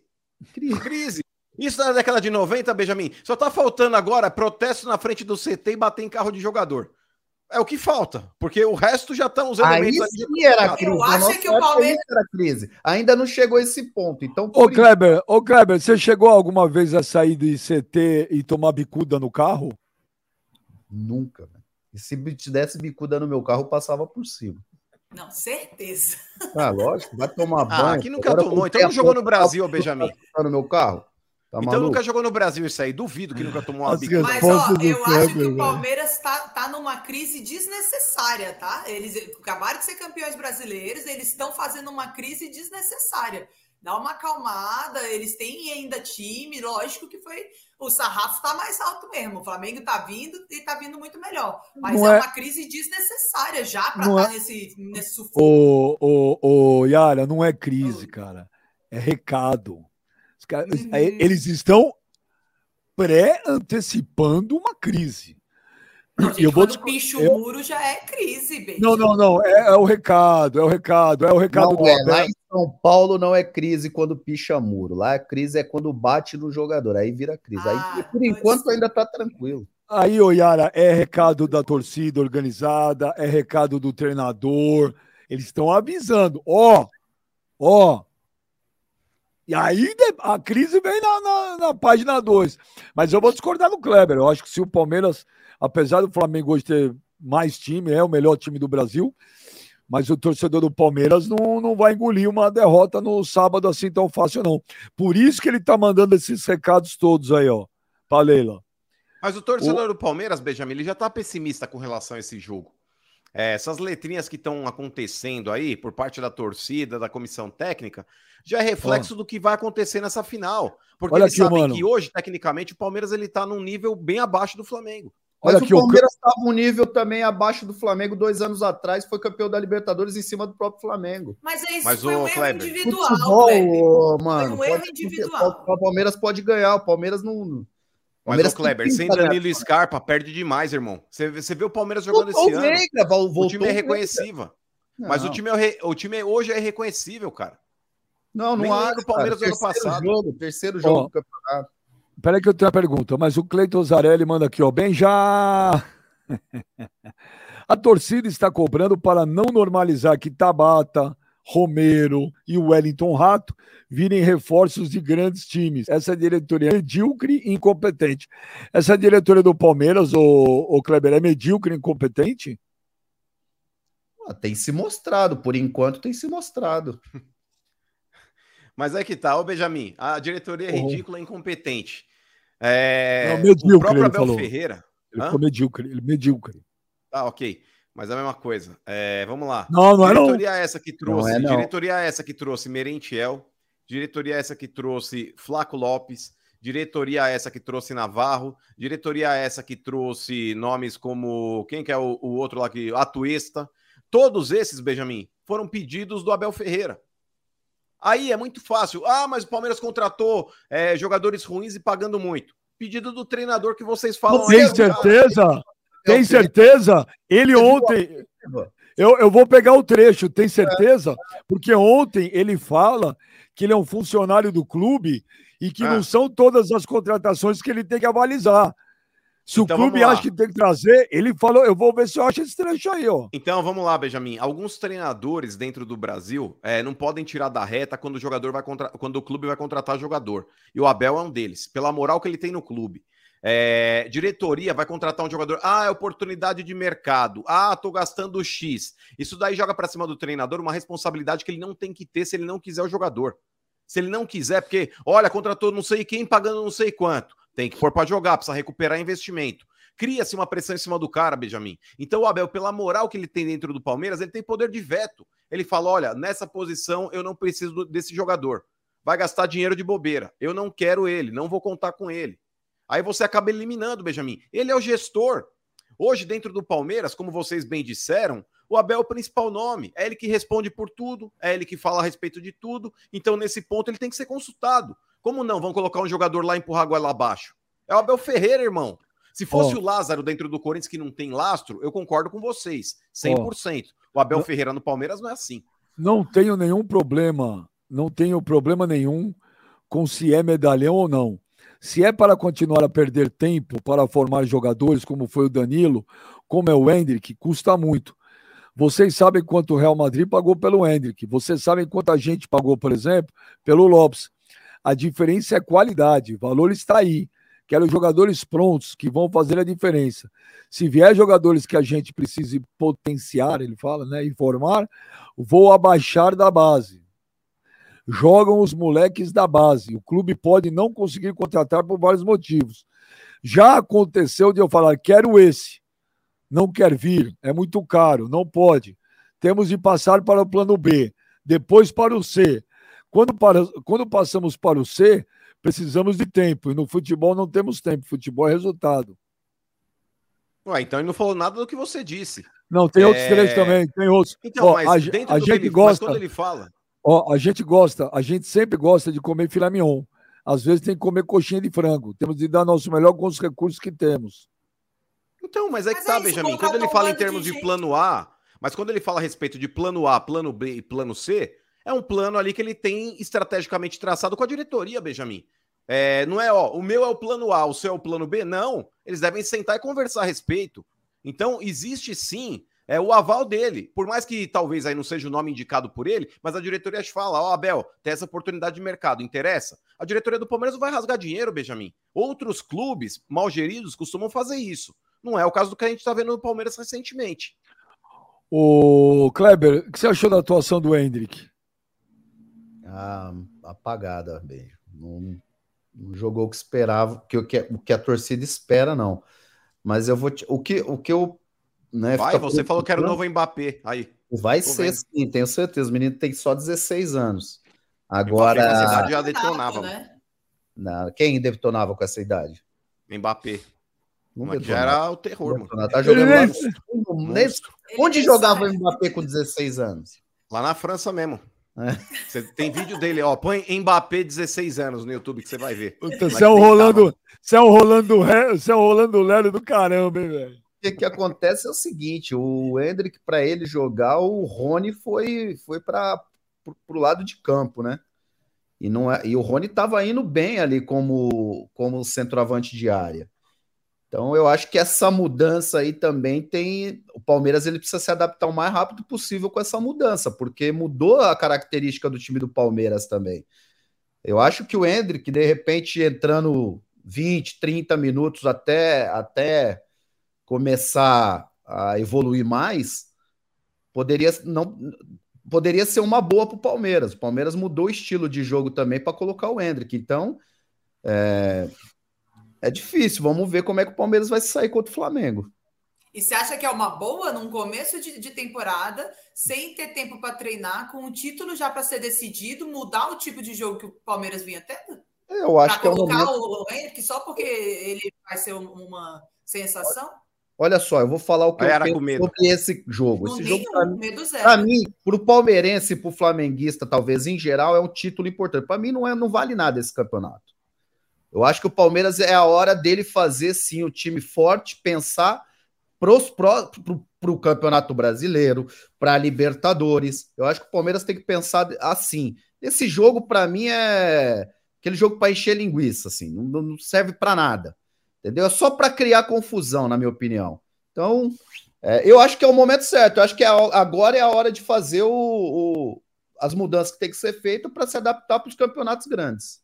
Isso na década de 90, Benjamin. Só tá faltando agora protesto na frente do CT e bater em carro de jogador. É o que falta, porque o resto já estão usando elementos. Aí sim era crise. Eu acho que o Palmeiras era crise. Ainda não chegou a esse ponto. Então, Ô Kleber, você chegou alguma vez a sair do ICT e tomar bicuda no carro? Nunca, velho. E se desse bicuda no meu carro, eu passava por cima. Não, certeza. Lógico, vai tomar banho. Aqui nunca tomou, então não jogou no Brasil, Benjamin. No meu carro? Tá então maluco? Nunca jogou no Brasil isso aí. Duvido que nunca tomou uma bicuda. Mas, eu acho que o Palmeiras tá numa crise desnecessária, tá? Eles acabaram de ser campeões brasileiros, eles estão fazendo uma crise desnecessária. Dá uma acalmada, eles têm ainda time, lógico que o sarrafo tá mais alto mesmo. O Flamengo tá vindo e tá vindo muito melhor. Mas é uma crise desnecessária já para estar nesse sufoco. Yara, não é crise, cara. É recado. Eles estão pré-antecipando uma crise. Não, gente, quando picha o muro já é crise, bem. Não. É o recado. Lá em São Paulo não é crise quando picha muro. Lá a crise é quando bate no jogador. Aí vira crise. Aí, por enquanto, ainda tá tranquilo. Aí, Yara, é recado da torcida organizada, é recado do treinador. Eles estão avisando. E aí a crise vem na página 2. Mas eu vou discordar do Kleber. Eu acho que se o Palmeiras, apesar do Flamengo hoje ter mais time, é o melhor time do Brasil, mas o torcedor do Palmeiras não vai engolir uma derrota no sábado assim tão fácil, não. Por isso que ele tá mandando esses recados todos aí, pra Leila. Mas o torcedor do Palmeiras, Benjamin, ele já tá pessimista com relação a esse jogo. Essas letrinhas que estão acontecendo aí por parte da torcida, da comissão técnica, já é reflexo do que vai acontecer nessa final. Porque eles sabem que hoje, tecnicamente, o Palmeiras ele tá num nível bem abaixo do Flamengo. Mas o Palmeiras estava um nível também abaixo do Flamengo 2 anos atrás, foi campeão da Libertadores em cima do próprio Flamengo. Mas foi um erro individual, mano. Foi um erro individual. O Palmeiras pode ganhar, o Palmeiras não... Mas o Kleber, sem Danilo e Scarpa, perde demais, irmão. Você vê o Palmeiras jogando esse ano. O time é reconhecível. Mas o time hoje é reconhecível, cara. Não há. O Palmeiras ano passado. Terceiro jogo do campeonato. Peraí que eu tenho uma pergunta, mas o Cleiton Zarelli manda aqui, bem já... A torcida está cobrando para não normalizar que Tabata, Romero e o Wellington Rato virem reforços de grandes times. Essa diretoria é medíocre e incompetente. Essa diretoria do Palmeiras, o Kleber, é medíocre e incompetente? Tem se mostrado, por enquanto tem se mostrado. Mas é que tá, Benjamin, a diretoria é ridícula e incompetente. Medíocre, o próprio Abel falou. Ferreira. Ele ficou medíocre. Ok. Mas é a mesma coisa. Vamos lá. Não é não. Diretoria essa que trouxe, diretoria essa que trouxe Merentiel, diretoria essa que trouxe Flaco Lopes, diretoria essa que trouxe Navarro, diretoria essa que trouxe nomes como, quem que é o outro lá que, Atuesta. Todos esses, Benjamin, foram pedidos do Abel Ferreira. Aí é muito fácil. Mas o Palmeiras contratou jogadores ruins e pagando muito. Pedido do treinador que vocês falam. Tem certeza? Tem certeza? Ele ontem... Eu vou pegar o trecho, tem certeza? Porque ontem ele fala que ele é um funcionário do clube e que não são todas as contratações que ele tem que avalizar. Se então, o clube acha que tem que trazer, ele falou, eu vou ver se eu acho esse trecho aí, ó. Então, vamos lá, Benjamin. Alguns treinadores dentro do Brasil não podem tirar da reta quando quando o clube vai contratar jogador. E o Abel é um deles, pela moral que ele tem no clube. Diretoria vai contratar um jogador, é oportunidade de mercado, tô gastando X. Isso daí joga para cima do treinador uma responsabilidade que ele não tem que ter se ele não quiser o jogador. Se ele não quiser, porque, olha, contratou não sei quem pagando não sei quanto. Tem que pôr para jogar, precisa recuperar investimento. Cria-se uma pressão em cima do cara, Benjamin. Então o Abel, pela moral que ele tem dentro do Palmeiras, ele tem poder de veto. Ele fala, olha, nessa posição eu não preciso desse jogador. Vai gastar dinheiro de bobeira. Eu não quero ele, não vou contar com ele. Aí você acaba eliminando, Benjamin. Ele é o gestor. Hoje, dentro do Palmeiras, como vocês bem disseram, o Abel é o principal nome. É ele que responde por tudo, é ele que fala a respeito de tudo. Então, nesse ponto, ele tem que ser consultado. Como não? Vão colocar um jogador lá e empurrar a goela abaixo. É o Abel Ferreira, irmão. Se fosse o Lázaro dentro do Corinthians que não tem lastro, eu concordo com vocês, 100%. O Abel Ferreira no Palmeiras não é assim. Não tenho nenhum problema, nenhum com se é medalhão ou não. Se é para continuar a perder tempo para formar jogadores, como foi o Danilo, como é o Endrick, custa muito. Vocês sabem quanto o Real Madrid pagou pelo Endrick. Vocês sabem quanto a gente pagou, por exemplo, pelo Lopes. A diferença é qualidade. O valor está aí. Quero jogadores prontos que vão fazer a diferença. Se vier jogadores que a gente precise potenciar, ele fala, né, e formar, vou abaixar da base. Jogam os moleques da base. O clube pode não conseguir contratar por vários motivos. Já aconteceu de eu falar, quero esse. Não quer vir, é muito caro, não pode. Temos de passar para o plano B, depois para o C. Quando passamos para o C, precisamos de tempo. E no futebol não temos tempo, futebol é resultado. Então ele não falou nada do que você disse. Não, tem outros três também, tem outros. Então, mas dentro do que ele gosta, mas quando ele fala... a gente sempre gosta de comer filé mignon. Às vezes tem que comer coxinha de frango. Temos de dar nosso melhor com os recursos que temos. Então, mas que tá, Benjamin. Quando ele fala em termos de plano A, mas quando ele fala a respeito de plano A, plano B e plano C, é um plano ali que ele tem estrategicamente traçado com a diretoria, Benjamin. Não é, o meu é o plano A, o seu é o plano B? Não. Eles devem sentar e conversar a respeito. Então, existe sim o aval dele. Por mais que talvez aí não seja o nome indicado por ele, mas a diretoria fala, Abel, tem essa oportunidade de mercado, interessa? A diretoria do Palmeiras não vai rasgar dinheiro, Benjamin. Outros clubes mal geridos costumam fazer isso. Não é o caso do que a gente está vendo no Palmeiras recentemente. Ô, Kleber, o que você achou da atuação do Endrick? Apagada, bem. Não jogou o que esperava, o que a torcida espera, não. Mas eu vou... O que eu... Né, você falou que era o novo Mbappé. Aí. Vai ser, sim, tenho certeza. O menino tem só 16 anos. Agora... A cidade já detonava. Né? Quem detonava com essa idade? Mbappé. Mas já era o terror, mano. Tá jogando lá onde jogava o Mbappé com 16 anos? Lá na França mesmo. Você tem vídeo dele, põe Mbappé 16 anos no YouTube que você vai ver. Você é um Rolando Lero do caramba, hein, velho? O que acontece é o seguinte, o Endrick, para ele jogar, o Rony foi para o lado de campo, né? E o Rony estava indo bem ali como centroavante de área. Então, eu acho que essa mudança aí também tem... O Palmeiras ele precisa se adaptar o mais rápido possível com essa mudança, porque mudou a característica do time do Palmeiras também. Eu acho que o Endrick, de repente, entrando 20, 30 minutos até começar a evoluir mais, poderia ser uma boa para o Palmeiras. O Palmeiras mudou o estilo de jogo também para colocar o Endrick. Então, é difícil. Vamos ver como é que o Palmeiras vai sair contra o Flamengo. E você acha que é uma boa, num começo de temporada, sem ter tempo para treinar, com o título já para ser decidido, mudar o tipo de jogo que o Palmeiras vinha tendo? Eu acho que é um colocar momento... o Henrique só porque ele vai ser uma sensação? Olha só, eu vou falar o que eu penso sobre esse jogo. Não Esse nenhum, jogo, medo zero. para mim, para o palmeirense e para o flamenguista, talvez em geral, é um título importante. Para mim, não vale nada esse campeonato. Eu acho que o Palmeiras é a hora dele fazer, sim, o time forte, pensar para o Campeonato Brasileiro, para a Libertadores. Eu acho que o Palmeiras tem que pensar assim. Esse jogo, para mim, é aquele jogo para encher linguiça, assim, não serve para nada. Entendeu? É só para criar confusão, na minha opinião. Então, eu acho que é o momento certo. Eu acho que agora é a hora de fazer as mudanças que tem que ser feitas para se adaptar para os campeonatos grandes.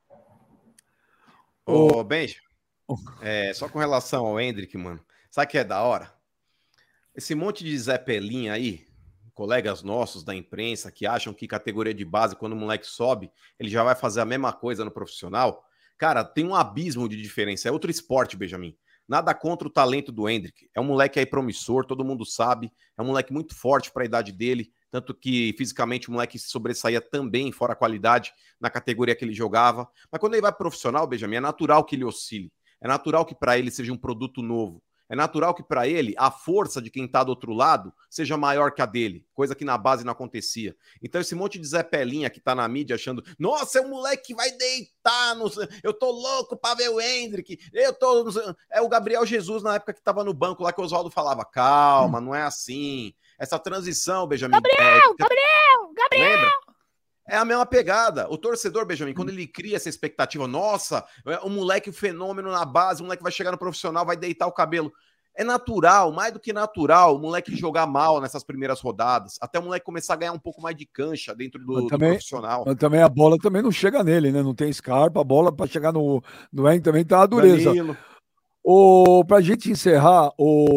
Ô, Benja, só com relação ao Hendrick, mano, sabe o que é da hora? Esse monte de Zé Pelinha aí, colegas nossos da imprensa, que acham que categoria de base, quando o moleque sobe, ele já vai fazer a mesma coisa no profissional. Cara, tem um abismo de diferença. É outro esporte, Benjamin. Nada contra o talento do Hendrick. É um moleque aí promissor, todo mundo sabe. É um moleque muito forte para a idade dele. Tanto que fisicamente o moleque se sobressaía também, fora a qualidade, na categoria que ele jogava. Mas quando ele vai profissional, Benjamin, é natural que ele oscile. É natural que para ele seja um produto novo. É natural que para ele a força de quem está do outro lado seja maior que a dele, coisa que na base não acontecia. Então esse monte de Zé Pelinha que tá na mídia achando, nossa, é um moleque que vai deitar, eu tô louco para ver o Hendrick, é o Gabriel Jesus na época que tava no banco lá que o Oswaldo falava, calma, não é assim. Essa transição, Benjamin... Gabriel! Lembra? É a mesma pegada. O torcedor, Benjamin, quando ele cria essa expectativa, nossa, o moleque, o fenômeno na base, o moleque vai chegar no profissional, vai deitar o cabelo. É natural, mais do que natural, o moleque jogar mal nessas primeiras rodadas, até o moleque começar a ganhar um pouco mais de cancha dentro do profissional. Mas também a bola também não chega nele, né? Não tem scarpa, a bola para chegar no Henrique também tá uma dureza. Pra gente encerrar,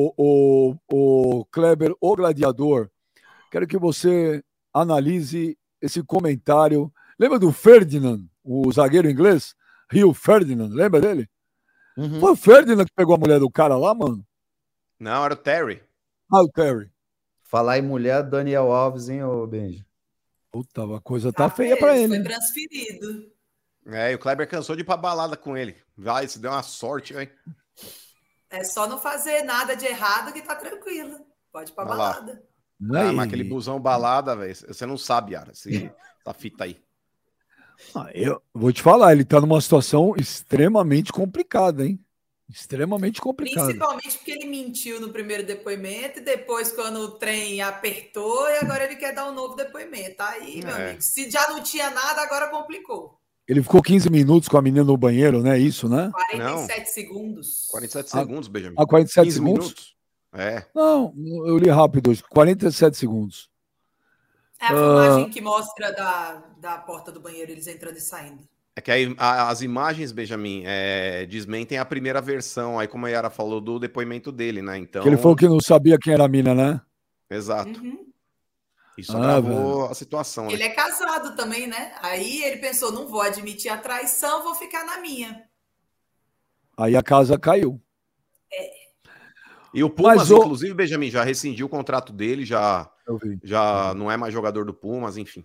o Kleber, o Gladiador, quero que você analise esse comentário. Lembra do Ferdinand, o zagueiro inglês? Rio Ferdinand, lembra dele? Uhum. Foi o Ferdinand que pegou a mulher do cara lá, mano? Não, era o Terry. O Terry. Falar em mulher, Daniel Alves, hein, ô Benji? Puta, a coisa tá feia pra ele. Foi transferido. E o Kleber cansou de ir pra balada com ele. Vai, isso deu uma sorte, velho. É só não fazer nada de errado que tá tranquilo. Pode ir pra balada. Mas aquele busão balada, velho, você não sabe, Yara, essa fita aí. Eu vou te falar, ele tá numa situação extremamente complicada, hein? Extremamente complicada. Principalmente porque ele mentiu no primeiro depoimento e depois, quando o trem apertou, e agora ele quer dar um novo depoimento. Aí, meu amigo, se já não tinha nada, agora complicou. Ele ficou 15 minutos com a menina no banheiro, né? Isso, né? 47 segundos. 47 segundos, Benjamin. 47 segundos? Minutos. Não, eu li rápido hoje. 47 segundos. É a filmagem que mostra da porta do banheiro, eles entrando e saindo. É que aí as imagens, Benjamin, desmentem a primeira versão, aí como a Yara falou, do depoimento dele, né? Então... Que ele falou que não sabia quem era a mina, né? Exato. Uhum. Isso agravou a situação, né? Ele é casado também, né? Aí ele pensou, não vou admitir a traição, vou ficar na minha. Aí a casa caiu. E o Pumas, inclusive, Benjamin, já rescindiu o contrato dele, já não é mais jogador do Pumas, enfim.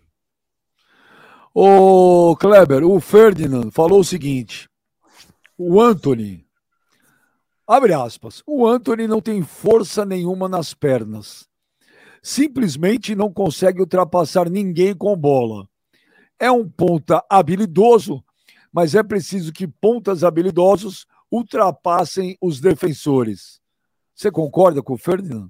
Ô, Kleber, o Ferdinand falou o seguinte, o Antony, abre aspas, o Antony não tem força nenhuma nas pernas. Simplesmente não consegue ultrapassar ninguém com bola. É um ponta habilidoso, mas é preciso que pontas habilidosos ultrapassem os defensores. Você concorda com o Ferdinand?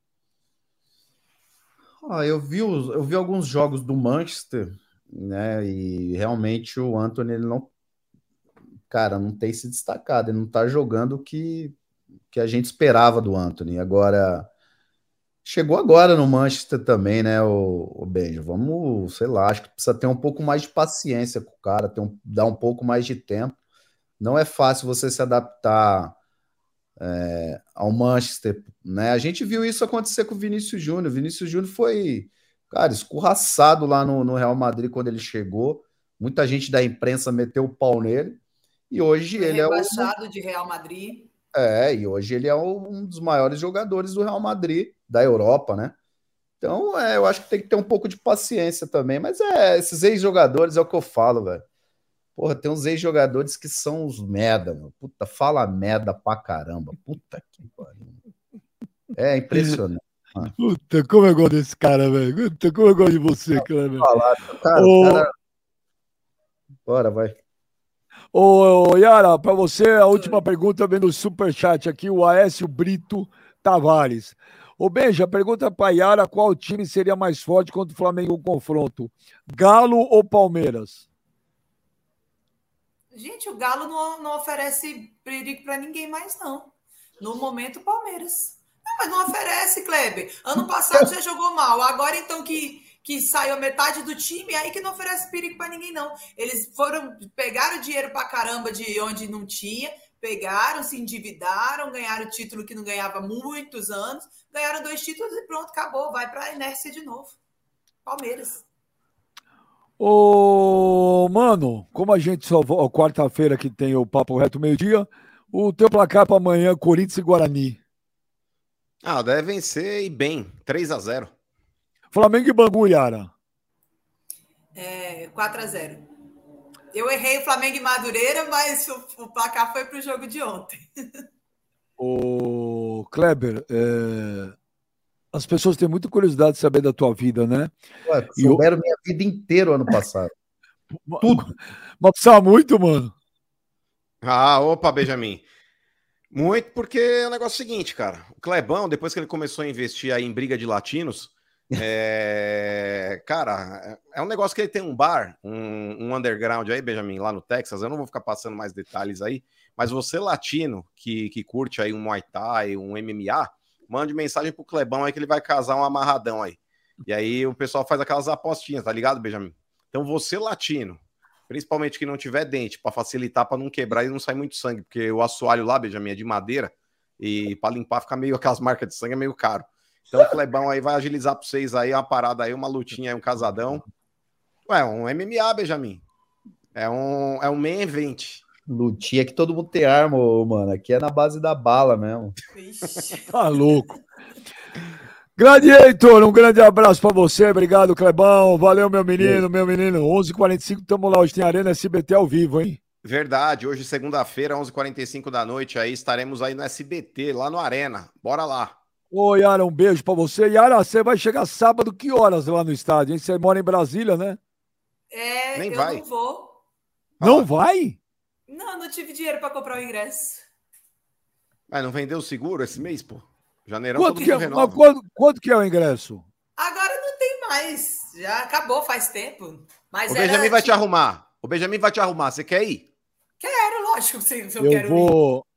Eu vi alguns jogos do Manchester, né? E realmente o Antony, ele não tem se destacado, ele não tá jogando o que a gente esperava do Antony. Agora, chegou agora no Manchester também, né, o Benjo? Vamos, sei lá, acho que precisa ter um pouco mais de paciência com o cara, dar um pouco mais de tempo. Não é fácil você se adaptar ao Manchester, né? A gente viu isso acontecer com o Vinícius Júnior. O Vinícius Júnior foi, cara, escorraçado lá no Real Madrid quando ele chegou. Muita gente da imprensa meteu o pau nele. E hoje ele é o... rebaixado de Real Madrid. E hoje ele é um dos maiores jogadores do Real Madrid, da Europa, né? Então, eu acho que tem que ter um pouco de paciência também. Mas esses ex-jogadores é o que eu falo, velho. Porra, tem uns ex-jogadores que são os merda, mano. Puta, fala merda pra caramba. Puta que pariu. É impressionante. Puta, como eu gosto desse cara, velho. Puta, como eu gosto de você, Kleber. Cara. Bora, vai. Ô, Yara, para você, a última pergunta vem no superchat aqui, o Aécio Brito Tavares. Ô, Benja, pergunta para Yara qual time seria mais forte contra o Flamengo no confronto, Galo ou Palmeiras? Gente, o Galo não oferece perigo para ninguém mais, não. No momento, o Palmeiras. Não, mas não oferece, Kleber. Ano passado já jogou mal. Agora, então, que saiu metade do time, aí que não oferece perigo para ninguém, não. Eles pegaram dinheiro para caramba de onde não tinha, pegaram, se endividaram, ganharam o título que não ganhava há muitos anos, ganharam 2 títulos e pronto, acabou. Vai para a inércia de novo. Palmeiras. Ô, mano, como a gente só quarta-feira que tem o Papo Reto meio-dia, o teu placar para amanhã, Corinthians e Guarani. Deve vencer e bem, 3-0. Flamengo e Bangu, Yara. 4-0. Eu errei o Flamengo e Madureira, mas o placar foi pro jogo de ontem. Ô, Kleber, as pessoas têm muita curiosidade de saber da tua vida, né? Ué, souberam minha vida inteira ano passado. Tudo. Mas precisa muito, mano. Opa, Benjamin. Muito, porque é o negócio seguinte, cara. O Clebão, depois que ele começou a investir aí em briga de latinos, cara, é um negócio que ele tem um bar, um underground aí, Benjamin, lá no Texas. Eu não vou ficar passando mais detalhes aí, mas você latino que curte aí um Muay Thai, um MMA, mande mensagem pro Clebão aí que ele vai casar um amarradão aí. E aí o pessoal faz aquelas apostinhas, tá ligado, Benjamin? Então você latino, principalmente que não tiver dente, para facilitar, para não quebrar e não sair muito sangue, porque o assoalho lá, Benjamin, é de madeira e para limpar fica meio aquelas marcas de sangue, é meio caro. Então o Clebão aí vai agilizar para vocês aí uma parada aí, uma lutinha aí, um casadão. Ué, um MMA, Benjamin. É um main event. Lutinha que todo mundo tem arma, mano. Aqui é na base da bala mesmo. Tá louco. Gladiator, um grande abraço pra você. Obrigado, Clebão. Valeu, meu menino. 11h45, tamo lá. Hoje tem Arena SBT ao vivo, hein? Verdade. Hoje, segunda-feira, 11h45 da noite, aí estaremos aí no SBT, lá no Arena. Bora lá. Ô, Yara, um beijo pra você. Yara, você vai chegar sábado, que horas lá no estádio, hein? Você mora em Brasília, né? Nem eu vai. não vou. Não vai? Não tive dinheiro pra comprar o ingresso. Mas não vendeu o seguro esse mês, pô? Janeirão Quanto todo que mundo renova. Quanto que é o ingresso? Agora não tem mais. Já acabou faz tempo. Mas o Benjamin vai te arrumar. O Benjamin vai te arrumar. Você quer ir? Quero, lógico que eu quero ir.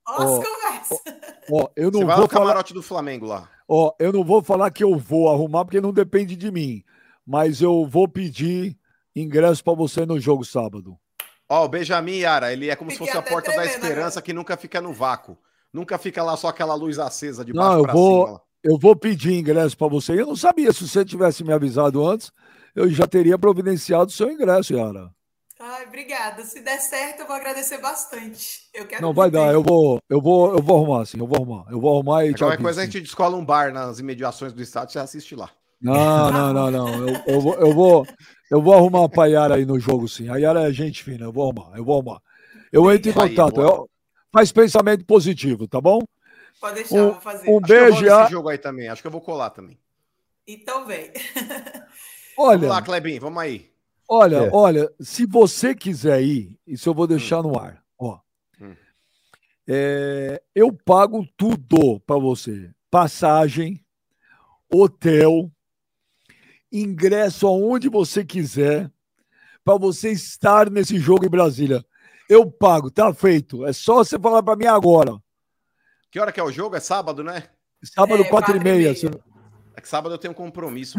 Eu não Você vai vou no camarote do Flamengo lá. Eu não vou falar que eu vou arrumar, porque não depende de mim. Mas eu vou pedir ingresso para você no jogo sábado. O Benjamin, Yara, ele é como se fosse a porta da esperança que nunca fica no vácuo. Nunca fica lá só aquela luz acesa de baixo para cima. Eu vou pedir ingresso para você. Eu não sabia, se você tivesse me avisado antes, eu já teria providenciado o seu ingresso, Yara. Ai, obrigada. Se der certo, eu vou agradecer bastante. Eu quero. Não, vai dar. Eu vou arrumar, sim. Eu vou arrumar e qualquer coisa a gente descola um bar nas imediações do estádio, você assiste lá. Não. Eu vou arrumar pra Yara aí no jogo, sim. A Yara é gente fina, eu vou arrumar. Eu entro em contato. Faz pensamento positivo, tá bom? Pode deixar, eu vou fazer. Um beijo. Esse jogo aí também. Acho que eu vou colar também. Então vem. Vamos lá, Clebinho, vamos aí. Olha, se você quiser ir, isso eu vou deixar no ar. Eu pago tudo para você. Passagem, hotel, ingresso aonde você quiser, para você estar nesse jogo em Brasília. Eu pago, tá feito. É só você falar para mim agora. Que hora que é o jogo? É sábado, né? Sábado, 4h30. É que sábado eu tenho um compromisso.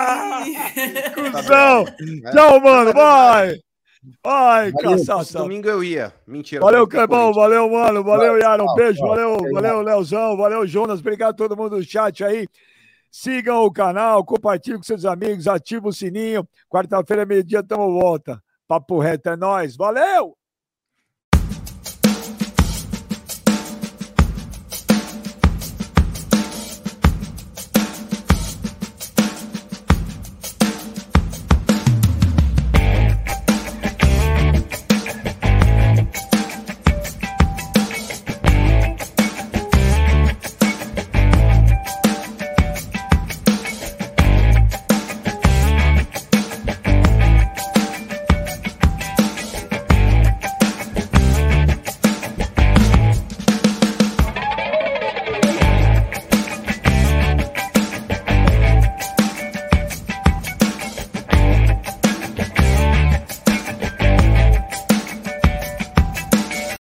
Cusão! Tchau, mano. Vai! Vai, caçaça. Domingo eu ia. Mentira. Valeu, Clebão. Valeu, mano. Valeu, Yara. Um beijo. Valeu, Leozão. Valeu, Jonas. Obrigado a todo mundo do chat aí. Sigam o canal, compartilhem com seus amigos, ativem o sininho. Quarta-feira, meio-dia, tamo de volta. Papo reto é nóis. Valeu!